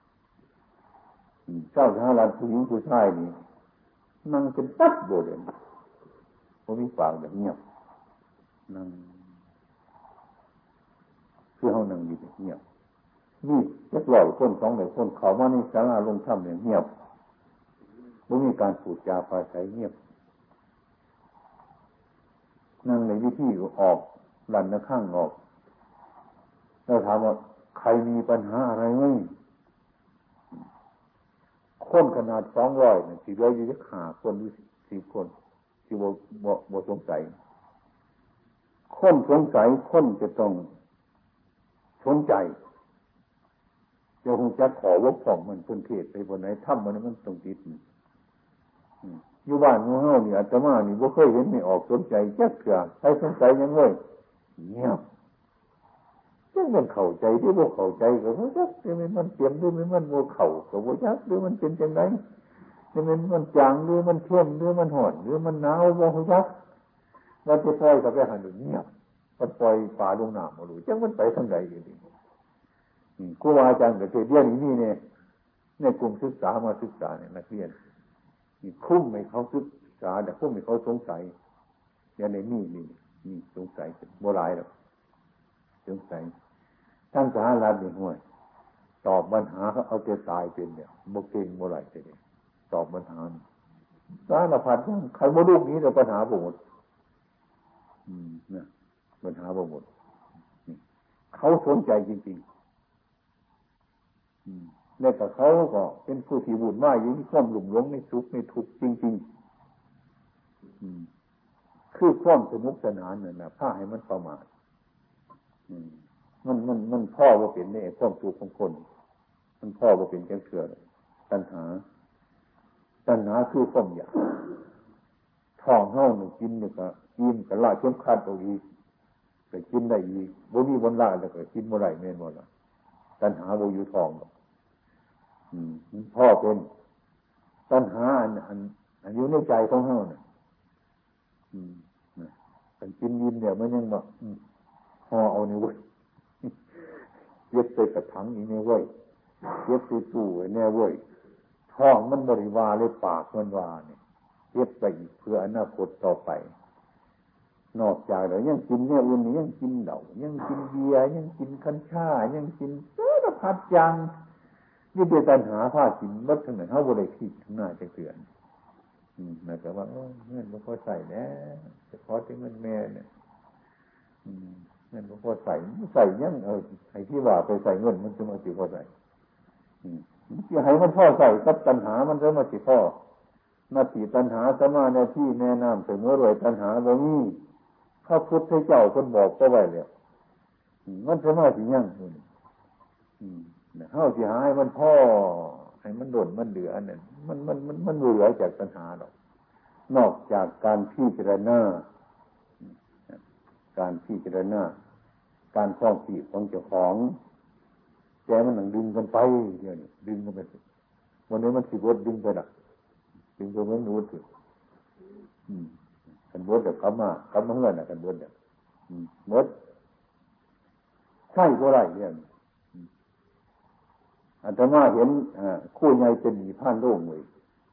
เจ้าสหรัฐผู้หญิงผู้ชายนี่นั่งเป็นตัดโบเดนผมมีปากแบบเงียบนั่งคือเขานั่งอยู่เงียบนี่จักหล่อคนสองหลายคนเขามาในศาลาลงถ้ำเนี่ยเงียบไม่มีการพูดจาปราศัยเงียบนั่งในวิธีออกลันนะข้างออกแล้วถามว่าใครมีปัญหาอะไรไหมคนขนาดสองร้อยเนี่ยสี่ร้อยยี่สิบห้าคนหรือสี่คนที่บ่บ่บ่สงสัยคนสงสัยคนจะต้องสนใจจะคงจะขอวกฝ่องมันเป็นเทศไปบนไหนถ้ำมันมันต้องติดอยู่บ้านงูเห่านี่อาตมานี่บ่เคยเห็นไม่ออกสนใจแจ๊กเถื่อใครสนใจยังเลยเงียบจังมันเข้าใจหรือบ่เข้าใจก็บ่จักหรือมันเปลี่ยนหรือมันบ่เข้าก็บ่จักหรือมันเป็นจังได๋หรือมันมันจางหรือมันเข้มหรือมันร้อนหรือมันหนาวบ่ฮู้จักว่าจะปล่อยก็ไปหันเงียบมันปล่อยป่าลงน้ำบ่รู้จังมันไปทางใดอยู่นี่อืมครูอาจารย์ก็เทศเรียนนี่นี่ในกลุ่มศึกษามาศึกษาเนี่ยนักเรียนนี่คุ้มให้เขาศึกษาแต่คุ้มให้เขาสงสัยอย่างในนี่นี่นี่สงสัยบ่หลายหรอกสงสัยทั้งสหรัฐนี่ห่วยตอบปัญหาเขาเอาแต่ตายเป็นเนี่ยบ่เก่งบ่หลายเลยตอบปัญหาสารพัดอย่างใครบ่รู้นี้แต่ปัญหาบ่หมดอืมนะปัญหาบ่หมดเขาสนใจจริงๆแล้วก็เขาก็เป็นผู้ที่วุ่นวายอยู่ในความหลุ่มหลงในสุขในทุกข์จริงๆคือความสนุกสนานนั่นแหละพาให้มันประมาทมันมันมันพ่อว่าเป็นในความสุขของคนมันพ่อว่าเป็นแก่เถื่อนตัณหาตัณหาคือความอยากท้องเฮาหนึ่งกินหนึ่งก็กินก็ละจนขาดเอาอีกก็กินได้อีกบ่มีวันละแล้วก็กินเมื่อไหร่แม่นบ่ล่ะตัณหาบ่อยู่ท้องอืมพ่อเป็นตัณหาอันอันอันอยู่ในใจของเฮาน่ะอืมนะกันกินยิ้มเนี่ยมันยังบ่อืมห่อเอานี่เว้ยเย็บใส่กระถางอีนี่เว้ยเย็บใส่ตู้ไว้แน่เว้ยท้องมันบริวารเลยปากมันว่านี่เย็บไปอีกเพื่ออนาคตต่อไปนอกจากแล้วยังกินเนี่ยอื่นนี่ยังกินเหล้ายังกินเบียร์ยังกินกัญชายังกินสารพัดอย่างนี่เป็นปัญหาผ้ากินลดทั้งนั้นเฮาบ่ได้คิดข้างหน้าจักเทื่ออืมแล้วก็ว่าโอ้เงินบ่พอใช้แล้วจะขอแต่เงินแม่เนี่ยอืมเงินบ่พอใช้ใช้ยังเออไอ้ที่ว่าไปใส่เงินมันจะมาสิพอใช้อืมสิให้มันพอใช้กับตัณหามันจะมาสิพอนาทีตัณหาสมานาที่แนะนำเสมอรวยตัณหาบ่มีพระพุทธเจ้าคนบอกก็ไว้แล้วมันสมาสิยังอืมเฮาสิหาให้มันพอให้มันด่นมันเหลือนั่นมันมันมันมันเหลือจากตัณหาดอกนอกจากการพิจารณาการพิจารณาการคล้องจิตของเจ้าของแต่มันนั่งดึงกันไปเดี๋ยวนี้ดึงกันไปวันนี้มันสิบดดึงไปล่ะดึงไปเหมือนนูดสิอืมกันบดเดี๋ยวกลับมากลับมาเฮือนน่ะกันบดเดี๋ยวอืมหมดใช่บ่ได้เนี่ยอาตมาเห็นคู่ใหญ่เป็นหนีผ่านโล่งเลย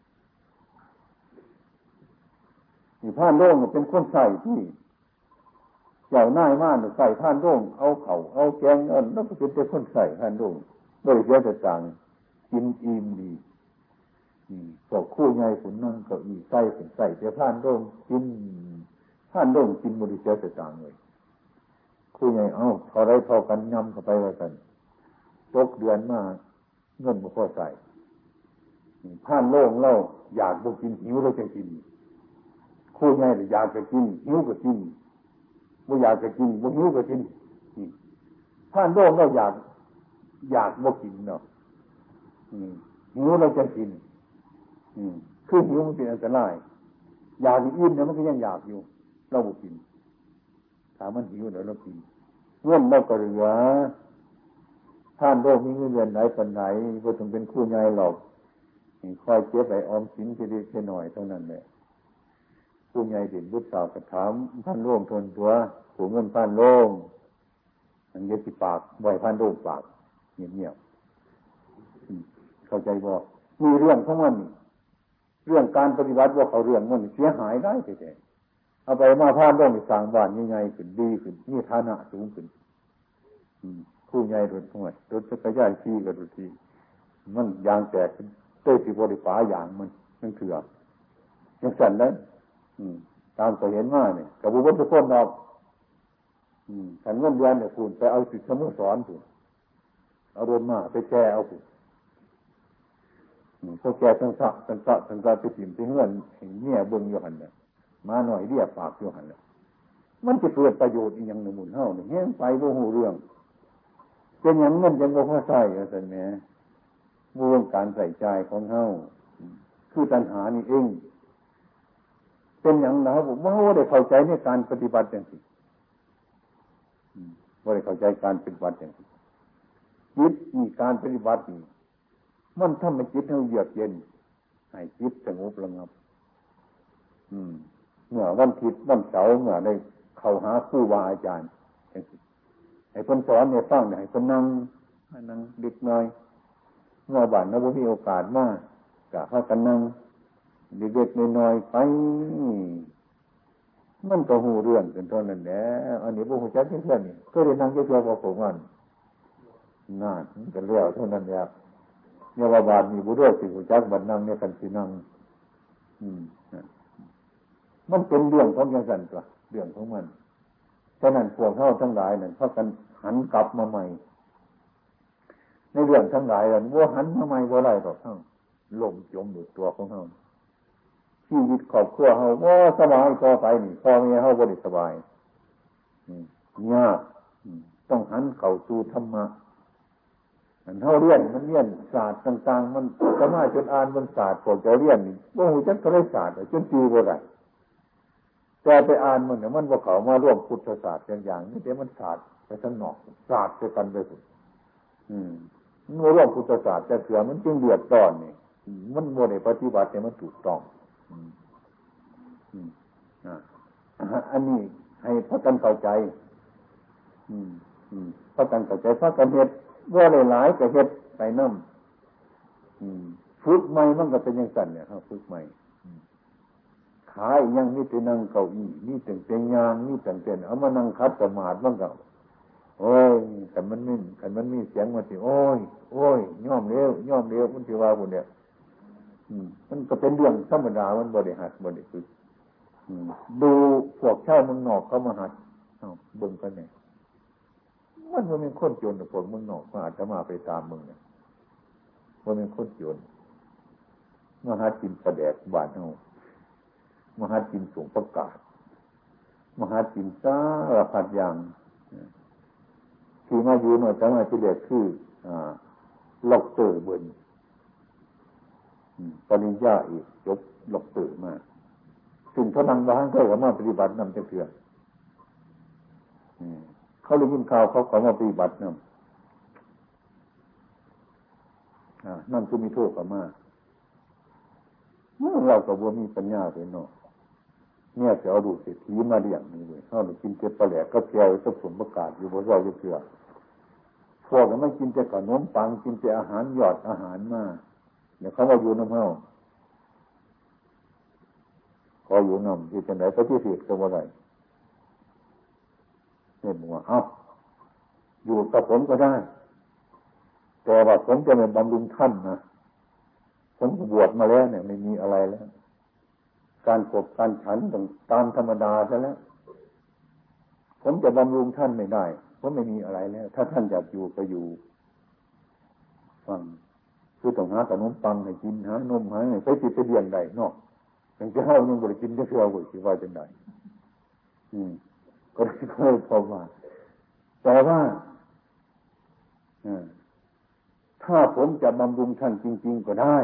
หนีผ่านโล่งเป็นคนใส่ที่เจ้าหน้ายมากใส่ผ่านโล่งเอาเข่าเอาแกงเอิ้นแล้วก็เป็นแต่คนใส่ผ่านโล่งโดยเฉพาะแต่ต่างกินอิ่มดีพวกคู่ใหญ่ขุนนั่งเก้าอี้ใส่เป็นใส่แต่ผ่านโล่งกินผ่านโล่งกินบริเฉพาะแต่ต่างเลยคู่ใหญ่เอ้าพอได้พอกันย่ำเข้าไปว่ากันตกเดือนมาเงินบ่พอใส่ผ่านโล่งเล่าอยากบ่กินหิวแล้วจะกินคู่ใหญ่เลยอยากจะกินหิวก็กินบ่อยากจะกินบ่หิวก็กินผ่านโล่งเล่าอยากอยากบ่กินเนาะหิวแล้วจะกินคือหิวมันเป็นอันตรายอยากอิ่มเนี่ยมันก็ยังอยากอยู่เราบ่กินถ้ามันหิวแล้วเรากินเงินเราก็เหลือท่านโลกมีเงินเดือนไหนปานไหนก็ต้องเป็นคู่ใหญ่หรอกคอยเก็บไว้ออมสินทีเดียวหน่อยเท่านั้นแหละคู่ใหญ่เด่นบุตรสาวกระถามท่านโล่งทนตัวผูเงินท่านโล่งอันเย็บที่ปากบ่อยท่านโล่งปากเงียบๆเข้าใจบ่มีเรื่องของมันเรื่องการปฏิบัติว่าเขาเรื่องมันเสียหายได้แต่เอาไปมาท่านโล่งสร้างบ้านยังไงขึ้นดีขึ้นมีฐานะสูงขึ้นคู่ใหญ่รถห่วยรถจักรยานขี่กับรถที่มันยางแตกเต้สิบริฟ้าอย่างมันมันเถื่อนยังสั่นได้ตามก็เห็นว่าเนี่ยกับบุบทุกคนเราขันเงินเดือนเนี่ยคุณไปเอาสิทธิสมุสรคุณเอารถมาไปแก้เอาคุณพวกแกทั้งสะทั้งสะทั้งสะไปถิ่มไปเงื่อนเห็นเนี่ยเบิ่งอยู่หันเนี่ยมาหน่อยเรียบปากอยู่หันเนี่ยมันจะเกิดประโยชน์อีกอย่างหนึ่งหมุนเท่าเนี่ยแห้งไปโมโหเรื่องเป็นอย่างนั้นยังบ่พอใส่กันแต่แม้วงการใส่ใจของเฮาคือตัณหานี่เองเป็นอย่างนะครับผมว่าได้เข้าใจในการปฏิบัติอย่างนี้ว่าได้เข้าใจการปฏิบัติอย่างนี้จิตมีการปฏิบัตินี่มันทำให้จิตเราเยือกเย็นให้จิตสงบระงับเมื่อวันอาทิตย์วันเสาร์เมื่อได้เข้าหาครูบาอาจารย์ให้คนสอนเนี่ยฟังให้คนนั่งนั่งดึกหน่อยเมื่อบ่ายเราไม่มีโอกาสมากกะพากันนั่งเด็กๆน้อยๆไปมันก็หูเรื่องเป็นต้นนั่นแหละอันนี้พวกหัวใจเพื่อนๆนี่ก็ได้นั่งเยอะๆพอผมกันน่าจะเลี้ยวเท่านั้นแหละเยาวบาลมีบุรุษสิหัวใจบัดนั่งเนี่ยกันสินั่งมันเป็นเรื่องของยังสั่นตัวเรื่องของมันฉะนั้นพวกเขาทั้งหลายนั่นพากันหันกลับมาใหม่ในเรื่องทั้งหลายเราว่าหันทำไมว่าไรต่อทั้งลมจมอยู่ตัวของเราชีวิตครอบครัวเขาว่าสบายต่อไปนี่พ่อแม่เขาบ่ได้สบายยากต้องหันเข้าสู่ธรรมะมันเท่าเรียนมันเรียนศาสตร์ต่างๆมันสามารถจนอ่านบนศาสตร์พวกจะเรียนนี่ว่าหูจักก็ได้ศาสตร์จนตีบ่ได้แต่ไปอ่านมันเนี่ยมันว่าเขามาร่วมพุทธศาสตร์อย่างๆนี่แต่มันศาสตร์ไปทั้งนอกศาสตร์ไปกันไปสุดอืมมันร่วมพุทธศาสตร์จะเถื่อมันจึงเดือดร้อนนี่มันโมได้ปฏิบัติเนี่ยมันถูกต้องอืมอืมอ่าอันนี้ให้พากันเข้าใจอืมอืมพากันเข้าใจพากันเฮ็ดว่าหลายๆก็เฮ็ดไปนำอืมฝึกใหม่มันก็เป็นจังซั่นเนี่ยครับฝึกใหม่ขายยังมีแต่นั่งเก้าอี้มีแต่เตียงยางมีแต่เตียงเอามานั่งคัดสมาธิมันก็โอ้ยแต่มันนิ่มแต่มันมีเสียงมันสิโอ้ยโอ้ยย่อมเร็วย่อมเร็วมันสิว่าพุ่นเนี่ยอืมมันก็เป็นเรื่องธรรมดามันบ่ได้หัดบ่ได้ฝึกอืมดูพวกชาวเมืองนอกเขามาหัดเอ้าเบิ่งกันแน่มันบ่มีคนจนพวกเมืองนอกเขาอาจจะมาไปตามเมืองเนี่ยบ่มีคนจนมาหัดกินปลาแดกบ้านเฮามหาจินสูงประกาศมหาจินสารพัดอย่างที่มาอยู่หน่อยจังหวะที่เด็กคือล็อกเตอร์เบิร์นปริญญาเอกจบล็อกเตอร์มาถึงเขานั่งบ้านเขาก็มาปฏิบัตินำเถื่อนเขาเลยยินข่าวเขาเขามาปฏิบัตินำนั่นคือมีโทษกับมาเราก็บ่มีปัญญาเลยเนาะเนี่ยจะเอาดูเศรษฐีมาเลี้ยงนี่เลยเขาเนี่ยกินเจ็บปลาแหลกก็เพียวสักสมประกาศอยู่บนเราเชื่อพวกนั้นไม่กินแต่ขนมปังกินแต่อาหารหยอดอาหารมาเนี่ยเขาว่าอยู่น้ำเฮาขออยู่น้ำที่จะไหนก็ที่เสียก็ว่าไรเนี่ยบอกว่าเอ้าอยู่กับผมก็ได้แต่ว่าผมจะไม่บำรุงท่านนะผมบวชมาแล้วเนี่ยไม่มีอะไรแล้วการกบการฉันต้องตามธรรมดาซะแล้วผมจะบำรุงท่านไม่ได้เพราะไม่มีอะไรแล้วถ้าท่านอยากอยู่ก็อยู่ฟังคือต้องหาขนมปังให้กินหานมหาให้ไปติดไปเลี้ยงได้เนาะอย่างที่เฮายังบ่ได้กินได้เชื่อบ่สิว่าจังได๋อืมก็ได้เคยพบว่าแต่ว่าอ่าถ้าผมจะบำรุงท่านจริงๆก็ได้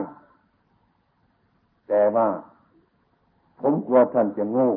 แต่ว่าผมกลัวท่านจะโง่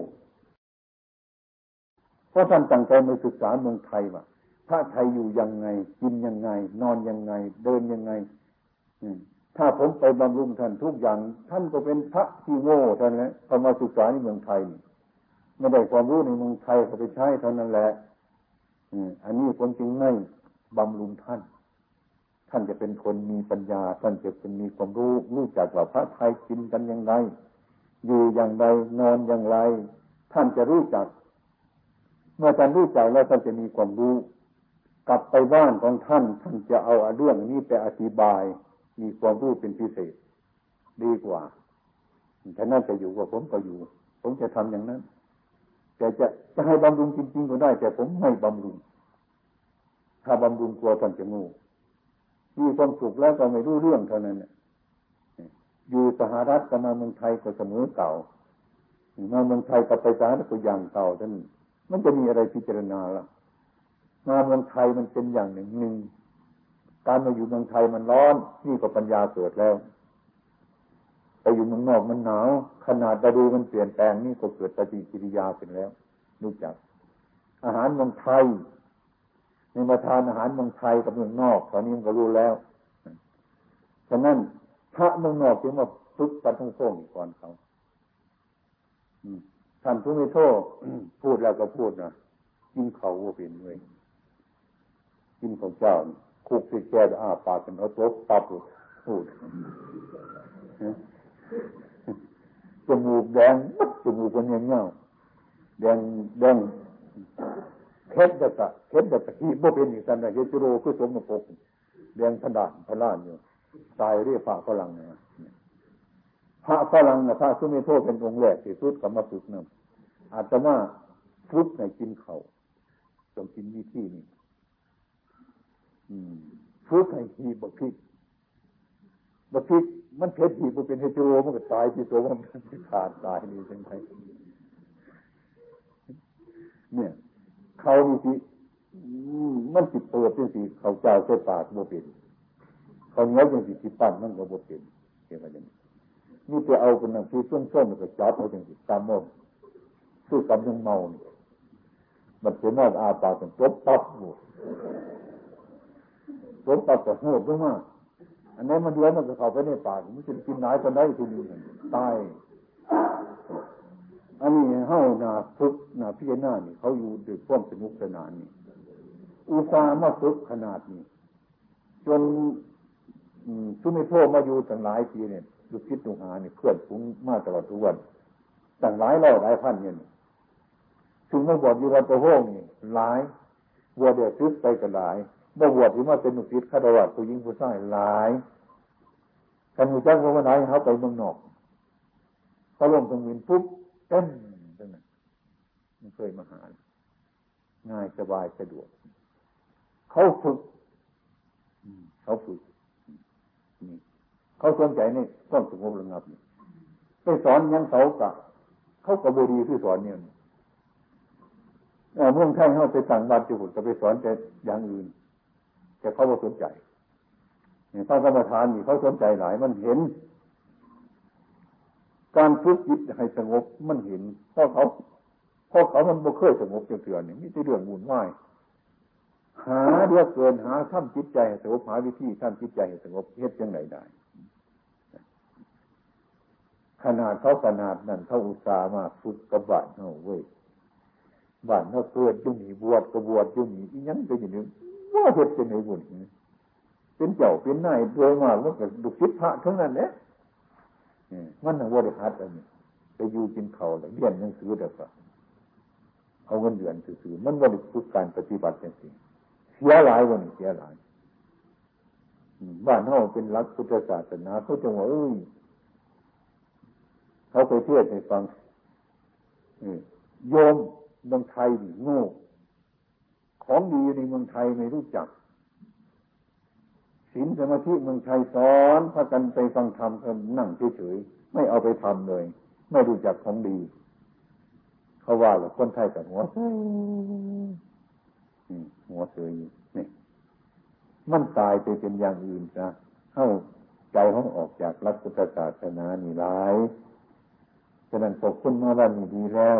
เพราะท่านตั้งใจมาศึกษาเมืองไทยว่าพระไทยอยู่ยังไงกินยังไงนอนยังไงเดินยังไงถ้าผมไปบำรุงท่านทุกอย่างท่านก็เป็นพระที่โง่ท่านแหละเขามาศึกษาในเมืองไทยไม่ได้ความรู้ในเมืองไทยเขาไปใช้เท่านั้นแหละอันนี้ผมจึงไม่บำรุงท่านท่านจะเป็นคนมีปัญญาท่านจะเป็นมีความรู้รู้จักว่าพระไทยกินกันอย่างไรอยู่อย่างไรนอนอย่างไรท่านจะรู้จักเมื่อท่านรู้จักแล้วท่านจะมีความรู้กลับไปบ้านของท่านท่านจะเอาเรื่องนี้ไปอธิบายมีความรู้เป็นพิเศษดีกว่าฉะนั้นจะอยู่กับผมก็อยู่ผมจะทำอย่างนั้นแต่จะจะให้บำรุงจริงๆก็ได้แต่ผมไม่บำรุงถ้าบำรุงกลัวท่านจะโง่มีความสุขแล้วก็ไม่รู้เรื่องเท่านั้นอยู่สหรัฐกับมาเมืองไทยก็เสมอเก่ามาเมืองไทยกับไปสหรัฐก็อย่างเก่าท่านมันจะมีอะไรพิจารณาล่ะมาเมืองไทยมันเป็นอย่างหนึ่งหนึ่งการมาอยู่เมืองไทยมันร้อนนี่ก็ปัญญาเกิดแล้วไปอยู่เมืองนอกมันหนาวขนาดฤดูมันเปลี่ยนแปลงนี่ก็เกิดปฏิกิริยาขึ้นแล้วรู้จักอาหารเมืองไทยในมาทานอาหารเมืองไทยกับเมืองนอกตอนนี้มันก็รู้แล้วฉะนั้นพระเมืองนอกจึงมาฝึกปัดทั้งโซ่ก่อนเขาท่านผู้มีโทษพูดแล้วก็พูดนะกินเขาว่าเป็นเลยกินของเจ้าคุกสิแก่อาปากกันเอาโต๊ะตับพูดจมูกแดงมัดจมูกเป็นเงี้ยเงี้ยแดงแดงเฮ็ดแต่ตะเฮ็ดแต่ตะขี้บ่เป็นอีกสันน่ะเฮ็ดจุโรคือสมปกแดงพะดานพะล้านอยู่ตายเรียกพระฝรั่งเนี่ยพระฝรั่งน่ะพระสุเมโธเป็นองค์แรกที่สุดก็มาฝึกนำอาตมาฝึกให้กินข้าวต้องกินวิธีนี้อืมฝึกให้หีบบักพริกบักพริกมันเผ็ดหีบมันเป็นเฮโรมันก็ตายที่ตัวมันขาดตายนี่จังไงเนี่ยเขามีสิมันสิเปิดจังสิเขาเจ้าใส่ปากบ่เป็นเขาเนี้ยจังสิสิปั้นมันก็บ่เป็นเห็นไหมจังนี่จะเอาเป็นน้ำพริกส้มๆก็จับเอาจังสิตามหมดคือกำยังเมามันเสียนอกอาปากเป็นจบปั๊บอยู่จบปั๊บก็โหดด้วยมากอันนั้นมันเดือดมันก็เข้าไปในปากมันจะกินไหนก็ได้ทีนี้ตายอันนี้เฮาหน้าฝึกหน้าพิจารณานี่เขาอยู่ด้วยความสนุกสนานนี่อุตส่าห์มาฝึกขนาดนี้จนสุเมโธมาอยู่ตั้งหลายปีเนี่ยลูกศิษย์ลูกหาเนี่ยเพื่อนฝูงมาตลอดทุกวันตั้งหลายร้อยหลายพันเนี่ยถึงมาบวชอยู่วัดตะโฮงนี่หลายบวชเดี๋ยวซึกไปก็หลายเมื่อบวชที่มาเป็นลูกศิษย์คารวะผู้หญิงผู้ชายหลายกันอยู่จังว่าไหนเขาไปเมืองนอกเขาลงตรงวินปุ๊บเต้นตรงนั้นมันเคยมาหาง่ายสบายสะดวกเขาฝึกเขาฝึกนี่เขาสนใจนี่ต้องสงบระงับนี่ไปสอนยังเขากะเขากระบดีที่สอนเนี่ยเมืองไทยเขาไปสั่งวัดจุดจะไปสอนแต่อย่างอื่นแต่เขาไม่สนใจเนี่ยพระกรรมฐานนี่เขาสนใจหลายมันเห็นการฝึกจิตให้สงบมันเห็นเพราะเขาเพราะเขามันบ่เคยสงบเถื่อนนี่มีแต่เรื่องวุ่นวายหาเรื่องเกินหาทำจิตใจให้สงบหาวิธีทำจิตใจให้สงบเฮ็ดจังไดได้ขนาดเขาขนาดนั้นเขาอุตส่าห์มาฝึกกับบ้านเฮาเว้ยบ้านเฮาเกิดอยู่นี่บวชก็บวชอยู่นี่อีหยังเป็นอย่างนี้ว่าเฮ็ดจังได๋บุญเป็นเจ้าเป็นนายโดยมากมันก็ดุศิษย์พระทั้งนั้นแหละมันน่ะบ่ได้หัดอันนี้ไปอยู่กินข้าวแล้วเรียนหนังสือเด้อก็เอาเงินเดือนซื่อๆมันบ่ได้ฝึกการปฏิบัติจังซี่เสียหลายวันเสียหลายบ้านเฮาเป็นหลักพุทธศาสนาเขาจังว่าเอ้ยเขาไปเทศน์ให้ฟังโยมเมืองไทยนี่โง่ของดีในเมืองไทยไม่รู้จักศีลสมาธิเมืองไทยสอนพากันไปฟังธรรมกันนั่งเฉยๆไม่เอาไปทำเลยไม่รู้จักของดีเขาว่าแล้วคนไทยกับหัวหัวเสือนี่มันตายไปเป็นอย่างอื่นนะเข้าใจเขาออกจากหลักพุทธศาสนานี่หลายฉะนั้นพวกคุณมาบ้านนี่ดีแล้ว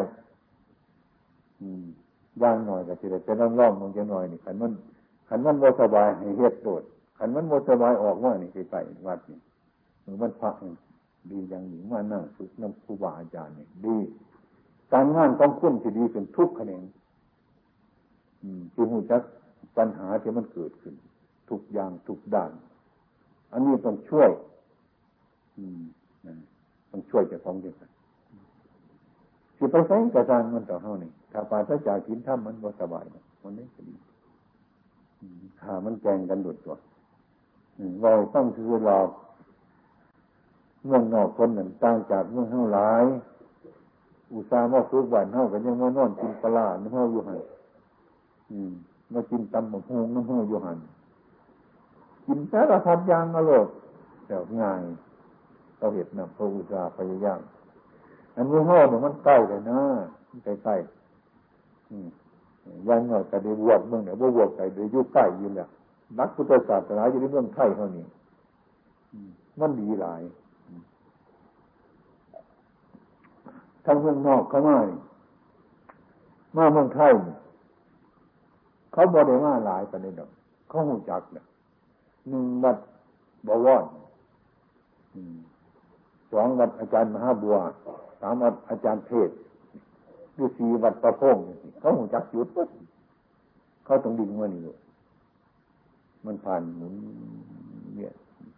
ย่างหน่อยก็จะได้เป็นร่องๆมันจะหน่อยนี่ขันมันขันมันบ่สบายให้เฮ็ดโดดขันมันบ่สบายออกว่านี่ไปไปวัดนี่หรือมันพระดีอย่างหนึ่งมานั่งฝึกน้ำครูบาอาจารย์นี่ดีการงานของคุณที่ดีเป็นทุกแขนงที่หูจักปัญหาที่มันเกิดขึ้นทุกอย่างทุกด้านอันนี้ต้องช่วยต้องช่วยเจ้าของด้วยกันสิไปใช้กระซังมันต่อเฮานี่ถ้าปราศจากศีลธรรมมันบ่สบายมันไม่ดีถ้ามันแกงกันดุดตัวเราต้องคือหลอกเมืองนอกคนนั้นต่างจากเมืองเฮาหลายอุตส่าห์มาฝึกบ้านเฮาก็ยังมานอนกินปลาน้ำเฮาอยู่หั่นอืมมากินตำบักหุ่งน้ำเฮาอยู่หั่นกินสารพัดอย่างอร่อยแต่ง่ายเราเฮ็ดนำพระอุตส่าห์พยายามอันนี้เฮาเนี่ยมันใกล้เลยนะใกล้ๆอืมยังน้อยก็ได้บวชเมืองเนี่ยบ่บวชไกลได้อยู่ใกล้อยู่แล้วนักพุทธศาสนาอยู่ในเมืองไทยเฮานี่มันดีหลายทางเมืองนอกเขามามาเมืองไทยเขาบ่ได้มาหลายปานใดดอกเขาฮู้จักน่ะหนึ่งวัดบวรสองวัดอาจารย์มหาบัวสามวัดอาจารย์เทศหรือสี่วัดประพงเขาฮู้จักอยู่ปึ๊บเขาต้องดิ่งมานี่มันผ่านหมุนเนี่ย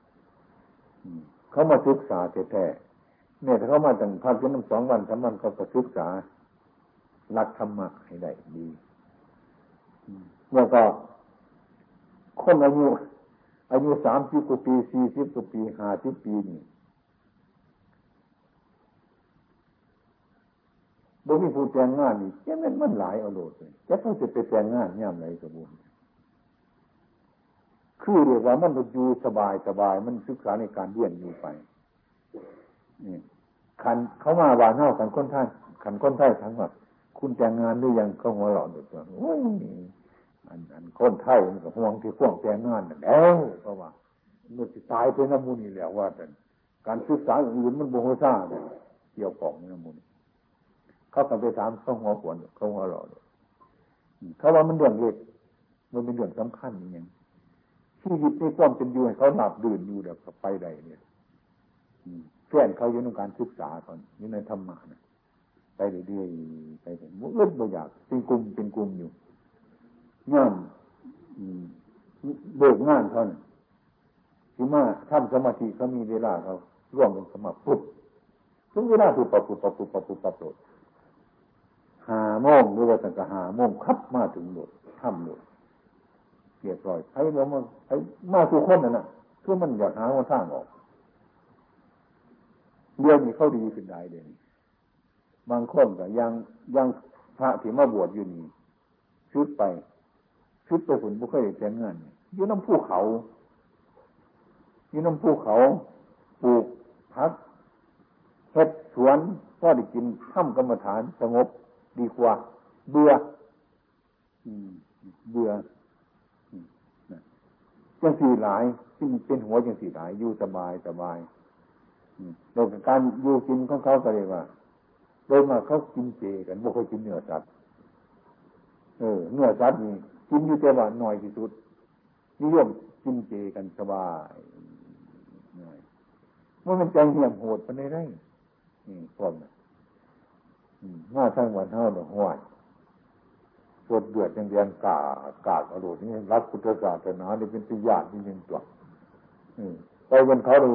เขามาศึกษาแท้ๆเนี่ยถ้าเขามาตั้งพักกันสองวันสามวันเขาก็ศึกษาหลักธรรมะให้ได้ดีแล้วก็คนอายุอายุสามสิบกว่าปีสี่สิบกว่าปีห้าสิบปีนี่บ่มีผู้แต่งงานนี่แค่มันมันหลายเอาโลดเลยแค่เขาจะไปแต่งงานย่ำไรกระบวนคือเรียกว่ามันอยู่สบายสบายมันศึกษาในการเรียนอยู่ไปนี่ขันเขามาว่าเน่าขันคนไทยขันคนไทยทั้งหมดคุณแต่งงานหรือยังเขาหัวเราะอยู่ตัวโอ้ยอันอันคนไทยมันก็ห่วงที่ห่วงแต่งงานนั่นแล้วเพราะว่ามันจะตายไปน้ำมูนี่แล้วว่าแต่การศึกษาอื่นมันบ่ฮู้ซ่าเนี่ยเกี่ยวของน้ำมูนี่เขาก็ไปถามเขาหัวขวนเขาหัวเราะเขาว่ามันเรื่องเล็กมันเป็นเรื่องสำคัญอย่างชีวิตในความเป็นอยู่ให้เขาหลับดื่นอยู่แบบไปใดเนี่ยแฟนเขาอยู่ในการศึกษาก่อนอยู่ในธรรมะนะไปเรื่อยๆไปถึงมุ้งเล็บบ่อยากเป็นกลุ่มเป็นกลุ่มอยู่งานเบิกงานเขาเนี่ยที่มาทำสมาธิเขามีเวลาเขาร่วมกันสมาธิปุ๊บถึงเวลาปุ๊บปั๊บปุ๊บปั๊บปุ๊บปั๊บปุ๊บปั๊บโดดหาโมงหรือว่าตั้งแต่หาโมงคับมาถึงโดดทำโดดเรียบร้อยใครบอกว่าใครมาทุกคนนั่นน่ะคือมันอยากหาวันทางออกเรื่องนี้เขาดีขึ้นได้เด่นบางคนก็ยังยังพระที่มาบวชอยู่นี่ชุดไปชุดไปฝุ่นบุคคลแต่งงานอยู่น้ำภูเขาอยู่น้ำภูเขาปลูกพักเฮ็ดสวนก็ได้กินทำกรรมฐานสงบดีกว่าเบื่อเบื่อจังสี่หลายซึ่งเป็นหัวจังสี่หลายอยู่สบายสบายโดยการอยู่กินของเขาก็เรียกว่าโดยมาเขากินเจกันบ่ค่อยกินเนื้อสัตว์เออเนื้อสัตว์นี่กินอยู่แต่ว่าน้อยที่สุดนิยมกินเจกันสบายน้อยเมื่อมันใจเหี้ยมโหดปานใดได้นี่พวกนั้นมาทั้งวันเฮาดอกห้วยสดเดือดแดงๆกากากอรุณนี่รักพุทธศาสนานี่เป็นปิญาณจริงๆตัวอือไปบนเขาเลย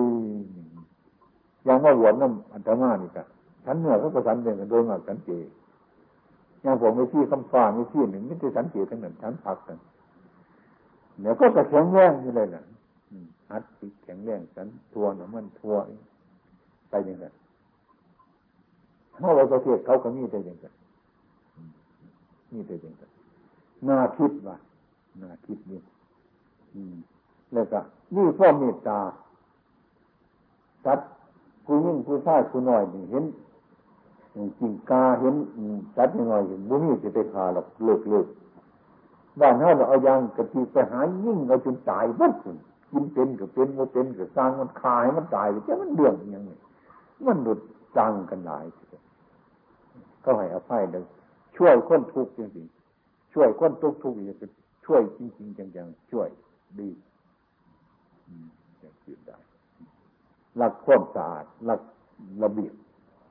ยังมาหวดน้ำอันตมานี่กันฉันเหนือเขาประสานเดินกันโดยมากฉันเจยังผมไม่ชี้คำฟ้าไม่ชี้หนึ่งไม่ใช่ฉันเจทั้งนั้นฉันพักกันเดี๋ยวก็จะแข็งแรงอยู่เลยนะฮัดติแข็งแรงฉันทัวร์น้ำมันทัวร์ไปอย่างนั้นถ้าเราประเทศเขาก็มีแต่อย่างนั้นมีแต่อย่างนั้นน่าคิดว่าน่าคิดนี่แล้วก็นี่ข้อเมตตาสัตว์ผู้ยิ่งผู้ชายผู้น้อยนี่เห็นจิงกาเห็นสัตว์น้อยเห็นบุนี่จะไปฆ่าหรอกเลิกเลิกบ้านเฮาเราเอายางกะทิไปหายิ่งเอาจนตายวัดกินเป็นก็เป็นบ่เป็นก็สร้างมันคายมันตายแต่มันเรื่องอย่างนี้มันหลุดจังกันหลายก็ให้อภัยเลยช่วยคนทุกข์จริงๆช่วยคนทุกข์ทุกข์อย่างนี้ช่วยจริงๆจังๆช่วยดีอืมจะคิดได้รักความสะอาดรักระเบียบ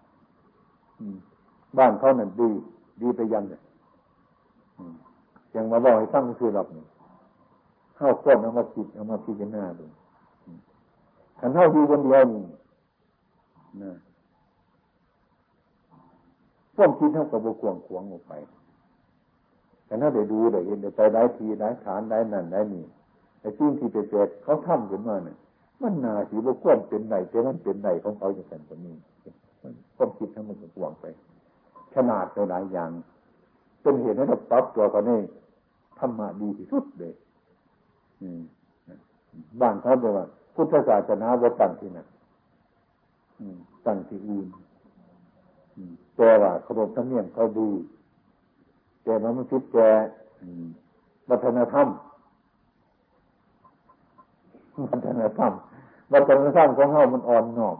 บ้านเขานั่นดีดีไปยังเนี่ยยังมาบอกให้ตั้งคือหลับนี่เข้าก้นเอามาคิดเอามาพิจารณาดูขันเท่าอยู่คนเดียวนี่นะความคิดเท่ากับบกวงขวงออกไปแต่ถ้าได้ดูได้เห็นได้ไปได้ทีได้ฐานได้นั่นได้นี่ไอ้สิ่งที่เป็นเศษเขาทำขึ้นมาเนี่ยมันนาสีบกวนเป็นไหนแต่มันเป็นไหนของเขาอย่างนั้นตรงนี้ความคิดทั้งมันก็กวางไปขนาดหลายอย่างเป็นเหตุให้เราปรับตัวกันนี่ธรรมะดีที่สุดเลยบ้านเขาบอกว่าพุทธศาสนาว่าตั้งที่นั่นตั้งที่อื่นแต่ว่าขนบธรรมเนียมเขาดีแต่มันไม่คิดแก่วัฒนธรรมวัฒนธรรมวัฒนธรรมของเขามันอ่อนน้อม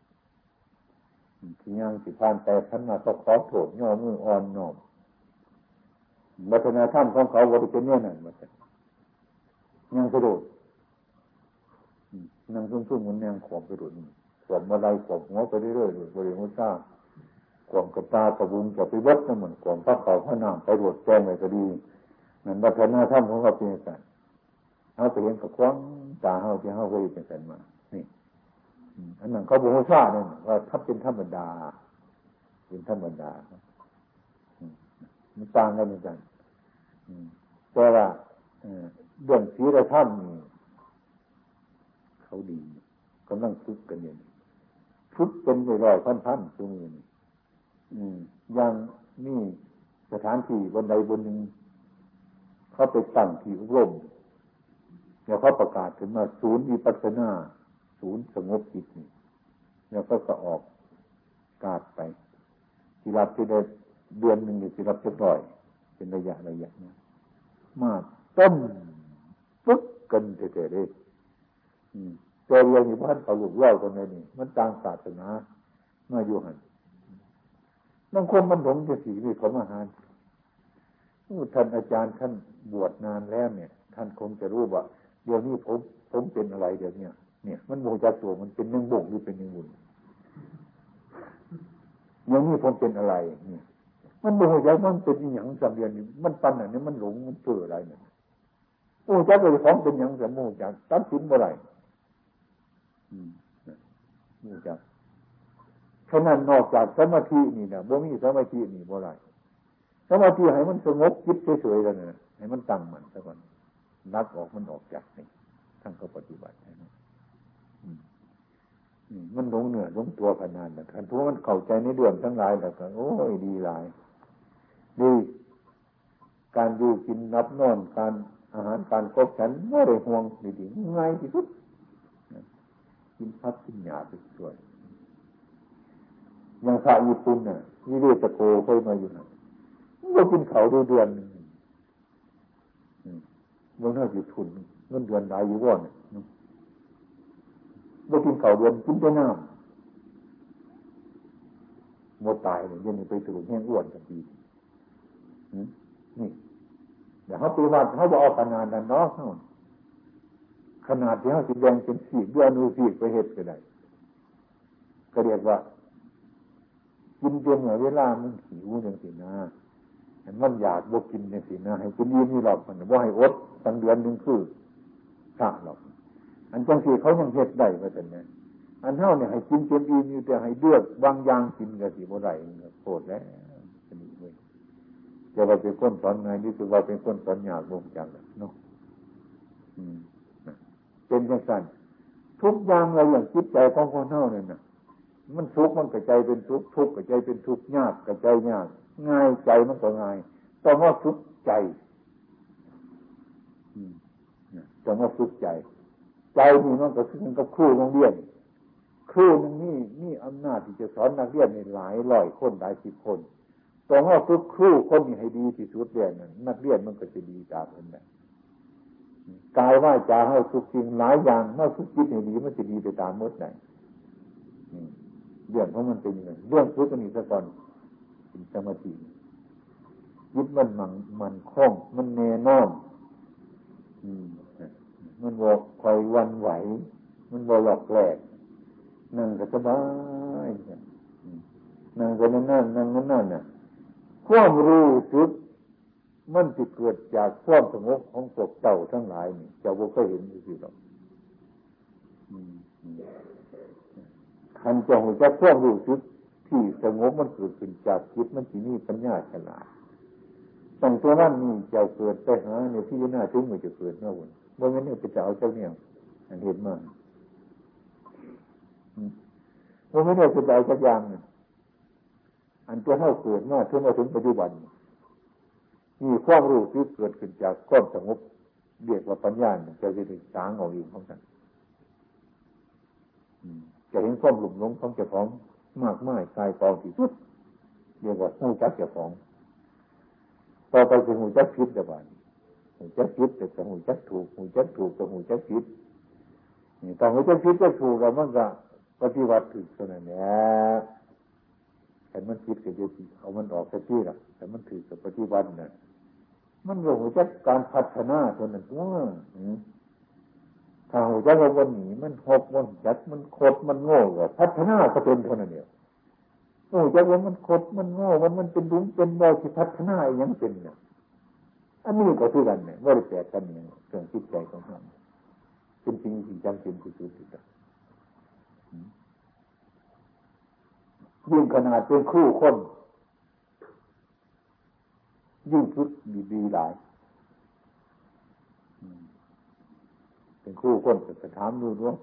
ที่ยังสิพานแต่ท่านมาก็ขอโทษย่อมืออ่อนน้อมวัฒนธรรมของเขาว่าเป็นเนี่ยนั่นมาแต่ยังกระโดดนั่งซุ่มๆมันยังขวบกระโดดขวบมาไล่ขวบหัวไปเรื่อยๆบริเวณซ่าขวบกระตากระบุงจะไปวัดนั่นเหมือนขวบพระเขาพระนามไปโดดแจ้งไปก็ดีนั่นวัฒนธรรมของเขาเป็นอย่างเขาไปเห็นกับคว้างตาเขาที่เขาเคยเป็นกันมานี่อันนั้นเขาบอกว่าซ่าเนี่ยว่าถ้าเป็นธรรมดาเป็นธรรมดามันต่างกันเหมือนกันแต่ว่าเรื่องศีลธรรมนี่เขาดีกำลังฝึกกันอย่างนี้ฝึกเป็นร้อยๆพันๆตัวนี้อย่างนี่สถานที่บนใดบนหนึ่งเขาไปตั้งที่อบรมเดี๋ยวเขาประกาศถึงมาศูนย์วิปัสสนาศูนย์สงบจิตนี่แล้วก็ก็ออกกาดไปที่รับที่ได้เดือนหนึ่งที่รับจะปล่อยเป็นระยะระยะนะมากต้มปึ๊กกันเฉยๆเลยตัวเรียนอยู่บ้านเขาหลุดเล่ากันเลยนี่มันต่างศาสนามาอยู่หันบางคนมันหลงจะสีวิเขามาหารท่านอาจารย์ท่านบวชนานแล้วเนี่ยท่านคงจะรู้ว่าเดี๋ยวนี้ผมผมเป็นอะไรเดี๋ยวนี้เนี่ยมันโมจักตัวมันเป็นหนึ่งบกหรือเป็นหนึ่งบุญอย่างนี้ผมเป็นอะไรเนี่ยมันโมจักมันเป็นอย่างสังเวียนมันปันอย่างนี้มันหลงมันเกิดอะไรเนี่ยโอ้จักเลยของเป็นอย่างสมโมจักตัดสินเมื่อไรโมจักฉะนั้นนอกจากสมาธินี่นะบ่มีสมาธินี่บ่ไรสมาธิให้มันสงบจิตเฉยๆแล้วนะให้มันตั้งมั่นซะก่อนนักออกมันออกจากนี่ท่านก็ปฏิบัตินะมันหลงเหนือหลงตัวขนาดนั้นท่านผู้มันเข้าใจในเรื่องทั้งหลายแล้วก็โอ้ยดีหลายดีการดูกินนับนอนการอาหารการคบฉันไม่ได้ห่วงดีๆง่ายที่สุดกินพักกินหยาไปส่วนอย่างพระญี่ปุ่นน่ะวิเวตโกเคยมาอยู่น่ะเรากินเขาดูเดือนเมื่อน่าจะทุนเงินเดือนได้อยู่ว่อนเรากินเขาเดือนกินแต่น้ำหมดตายเลยยังไปถึงแห้งอ้วนทันทีนี่เดี๋ยวเขาตีว่าเขาบอกเอาขนาดนั้นเนาะขนาดที่เขาสิแดงเป็นสีเดือนนูสีไปเห็ดก็ได้ก็เรียกว่ากินเดือนเหนือเวลามันหิวอย่างสินะมันอยากบกินอย่างสินะให้กินยิ้มนี่หรอกมันว่าให้อดตั้งเดือนหนึ่งคือสะหรอกอันจังสีเขายังเห็ดได้มาแต่เนี่ยอันเท่าเนี่ยให้กินเต็มอิ่มอยู่แต่ให้เลือกบางอย่างกินกับสีบ่ไรโคตรแล้วสนิทเลยจะว่าเป็นคนสอนไงนี่คือว่าเป็นคนสอนอยากบ่งจังเนาะเป็นจังสันทุกอย่างเราอย่างจิตใจของคนเท่าเนี่ยนะมันทุกข์มันกระใจเป็นทุกข์ทุกข์กระใจเป็นทุกข์ยากกระใจยากง่ายใจมันก็ง่ายต้องว่าทุกข์ใจต้องว่าทุกข์ใจใจนี่มันก็คือมันกับครูโรงเรียนครูนึงนี่นี่อำนาจที่จะสอนนักเรียนในหลายร้อยคนหลายสิบคนต้องว่าทุกครูคนนี้ให้ดีที่สุดเรียนนั้นนักเรียนมันก็จะดีตามนั้นแหละกายว่าจะให้ทุกสิ่งหลายอย่างเมื่อทุกจิตให้ดีมันจะดีไปตามมดไหนเรื่องของมันเป็นยังไงเรื่องพุทธนี่ซะก่อนเป็นสมาธิยึดมันมันมันคล่องมันแน่นอนมันบอกคอยวันไหวมันบอกหลอกแหลกนั่งก็สบายนั่งก็นั่นนั่นนั่งนั่นนั่นน่ะความรู้สึกมันจะเกิดจากความสงบของพวกเจ้าทั้งหลายนี่เจ้าบ่เคยเห็นสิหรอกคันจะหัวใจความรู้สึกที่สงบมันเกิดขึ้นจากจิตมันที่นี่ปัญญาฉลาดตั้งตัวนั้นนี่จะเกิดไปหาในที่หน้าถึงมันจะเกิดเมื่อวันเมื่องั้นเนี่ยไปจะเอาเจ้าเนี่ยอันเห็นมากเมื่องั้นเนี่ยจะเอาสักอย่างอันตัวเท่าเกิดมาถึงมาถึงปัจจุบันมีความรู้ที่เกิดขึ้นจากความสงบเรียกว่าปัญญาจะจะถึงสางออกเองของท่านจะเห็นความหลุ่มหลงของเจ้าของมากมายกายกองที่สุดเรียกว่าหูจักเจ้าของต่อไปเป็นหูจักผิดแต่บ้านหูจักผิดแต่จะหูจักถูกหูจักถูกแต่หูจักผิดนี่ตอนหูจักผิดจะถูกแล้วมันก็ปฏิบัติถึงขนาดนี้แต่มันผิดก็จะเอามันออกสักทีละแต่มันถือกับปฏิบัติน่ะมันก็หูจักการพัฒนาตัวนั้นว่าถ้าหูจักว่าวันนี้มันหกมันจัดมันคดมันโง่ก็พัฒนาก็เป็นเท่านั้นเดียวหูจักว่ามันคดมันโง่มันมันเป็นดุ้งเป็นบ่อยที่พัฒนาอย่างเป็นเนี่ยอันนี้ก็คือกันเนี่ยว่าได้แตกกันเนี่ยเรื่องจิตใจของเราเป็นจริงจริงจังเป็นกุศลจิตยิ่งขนาดเป็นคู่คนยิ่งทุกข์ดีๆหลายเป็นคู่คนจะถามดูด้วย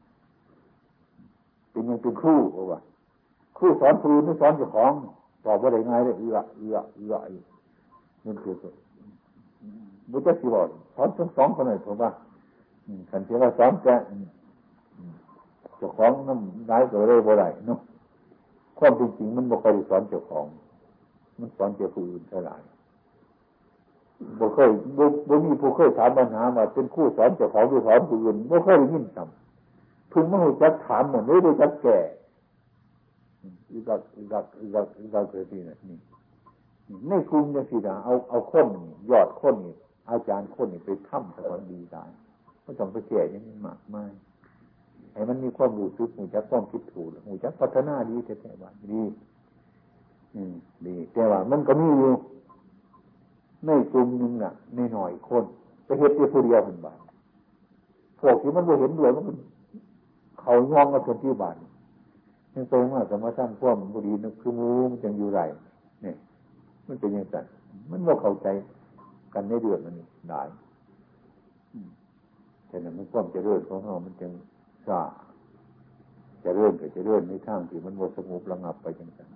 เป็นยังเป็นคู่เพราะว่าคู่สอนครูไม่สอนเจ้าของตอบว่าได้ไงเลยเอื้อเอื้อเอื้อนั่นคือบุตรสิบอดสอนทั้งสองคนเลยผมว่าขันเสียว่าสอนแกเจ้าของน้ำร้ายก็เลยบ่ได้เนาะความจริงมันบ่เคยสอนเจ้าของมันสอนเจ้าผู้อื่นเท่าไหร่บ่เคยบ่บ่มีผู้เคยถามปัญหาว่าเป็นครูสอนเจ้าของหรือสอนผู้อื่นบ่เคยได้ยินซ้ำเพิ่งมารู้จักถามหมดเลยรู้จักแก่อีกักอีกักอีกักอีกักเลยทีนี่นี่ในกลุ่มจังซี่น่ะเอาเอาคนยอดคนนี่อาจารย์คนนี่ไปทำสอนดีได้บ่ต้องไปแก่อย่างนี้มากมายให้มันมีความรู้สึกรู้จักความคิดถูกรู้จักพัฒนาดีแท้ๆว่าดีอืมดีแต่ว่ามันก็มีอยู่ในกลุ่มนึงน่ะในหน่อยคนไปเฮ็ดอยู่ผู้เดียวเพิ่นบาดพวกที่มันบ่เห็นด้วยมันเขางองกันจนที่บาดยังโตมาสมาทานความบ่ดีนึกคือหมู่มันจังอยู่ไรนี่มันเป็นจังซั่นมันบ่เข้าใจกันในเรื่องอันนี้ได้อืมฉะนั้นมันความเจริญของเฮามันจึงซ่าเจริญก็เจริญในทางที่มันบ่สงบระงับไปจังซั่น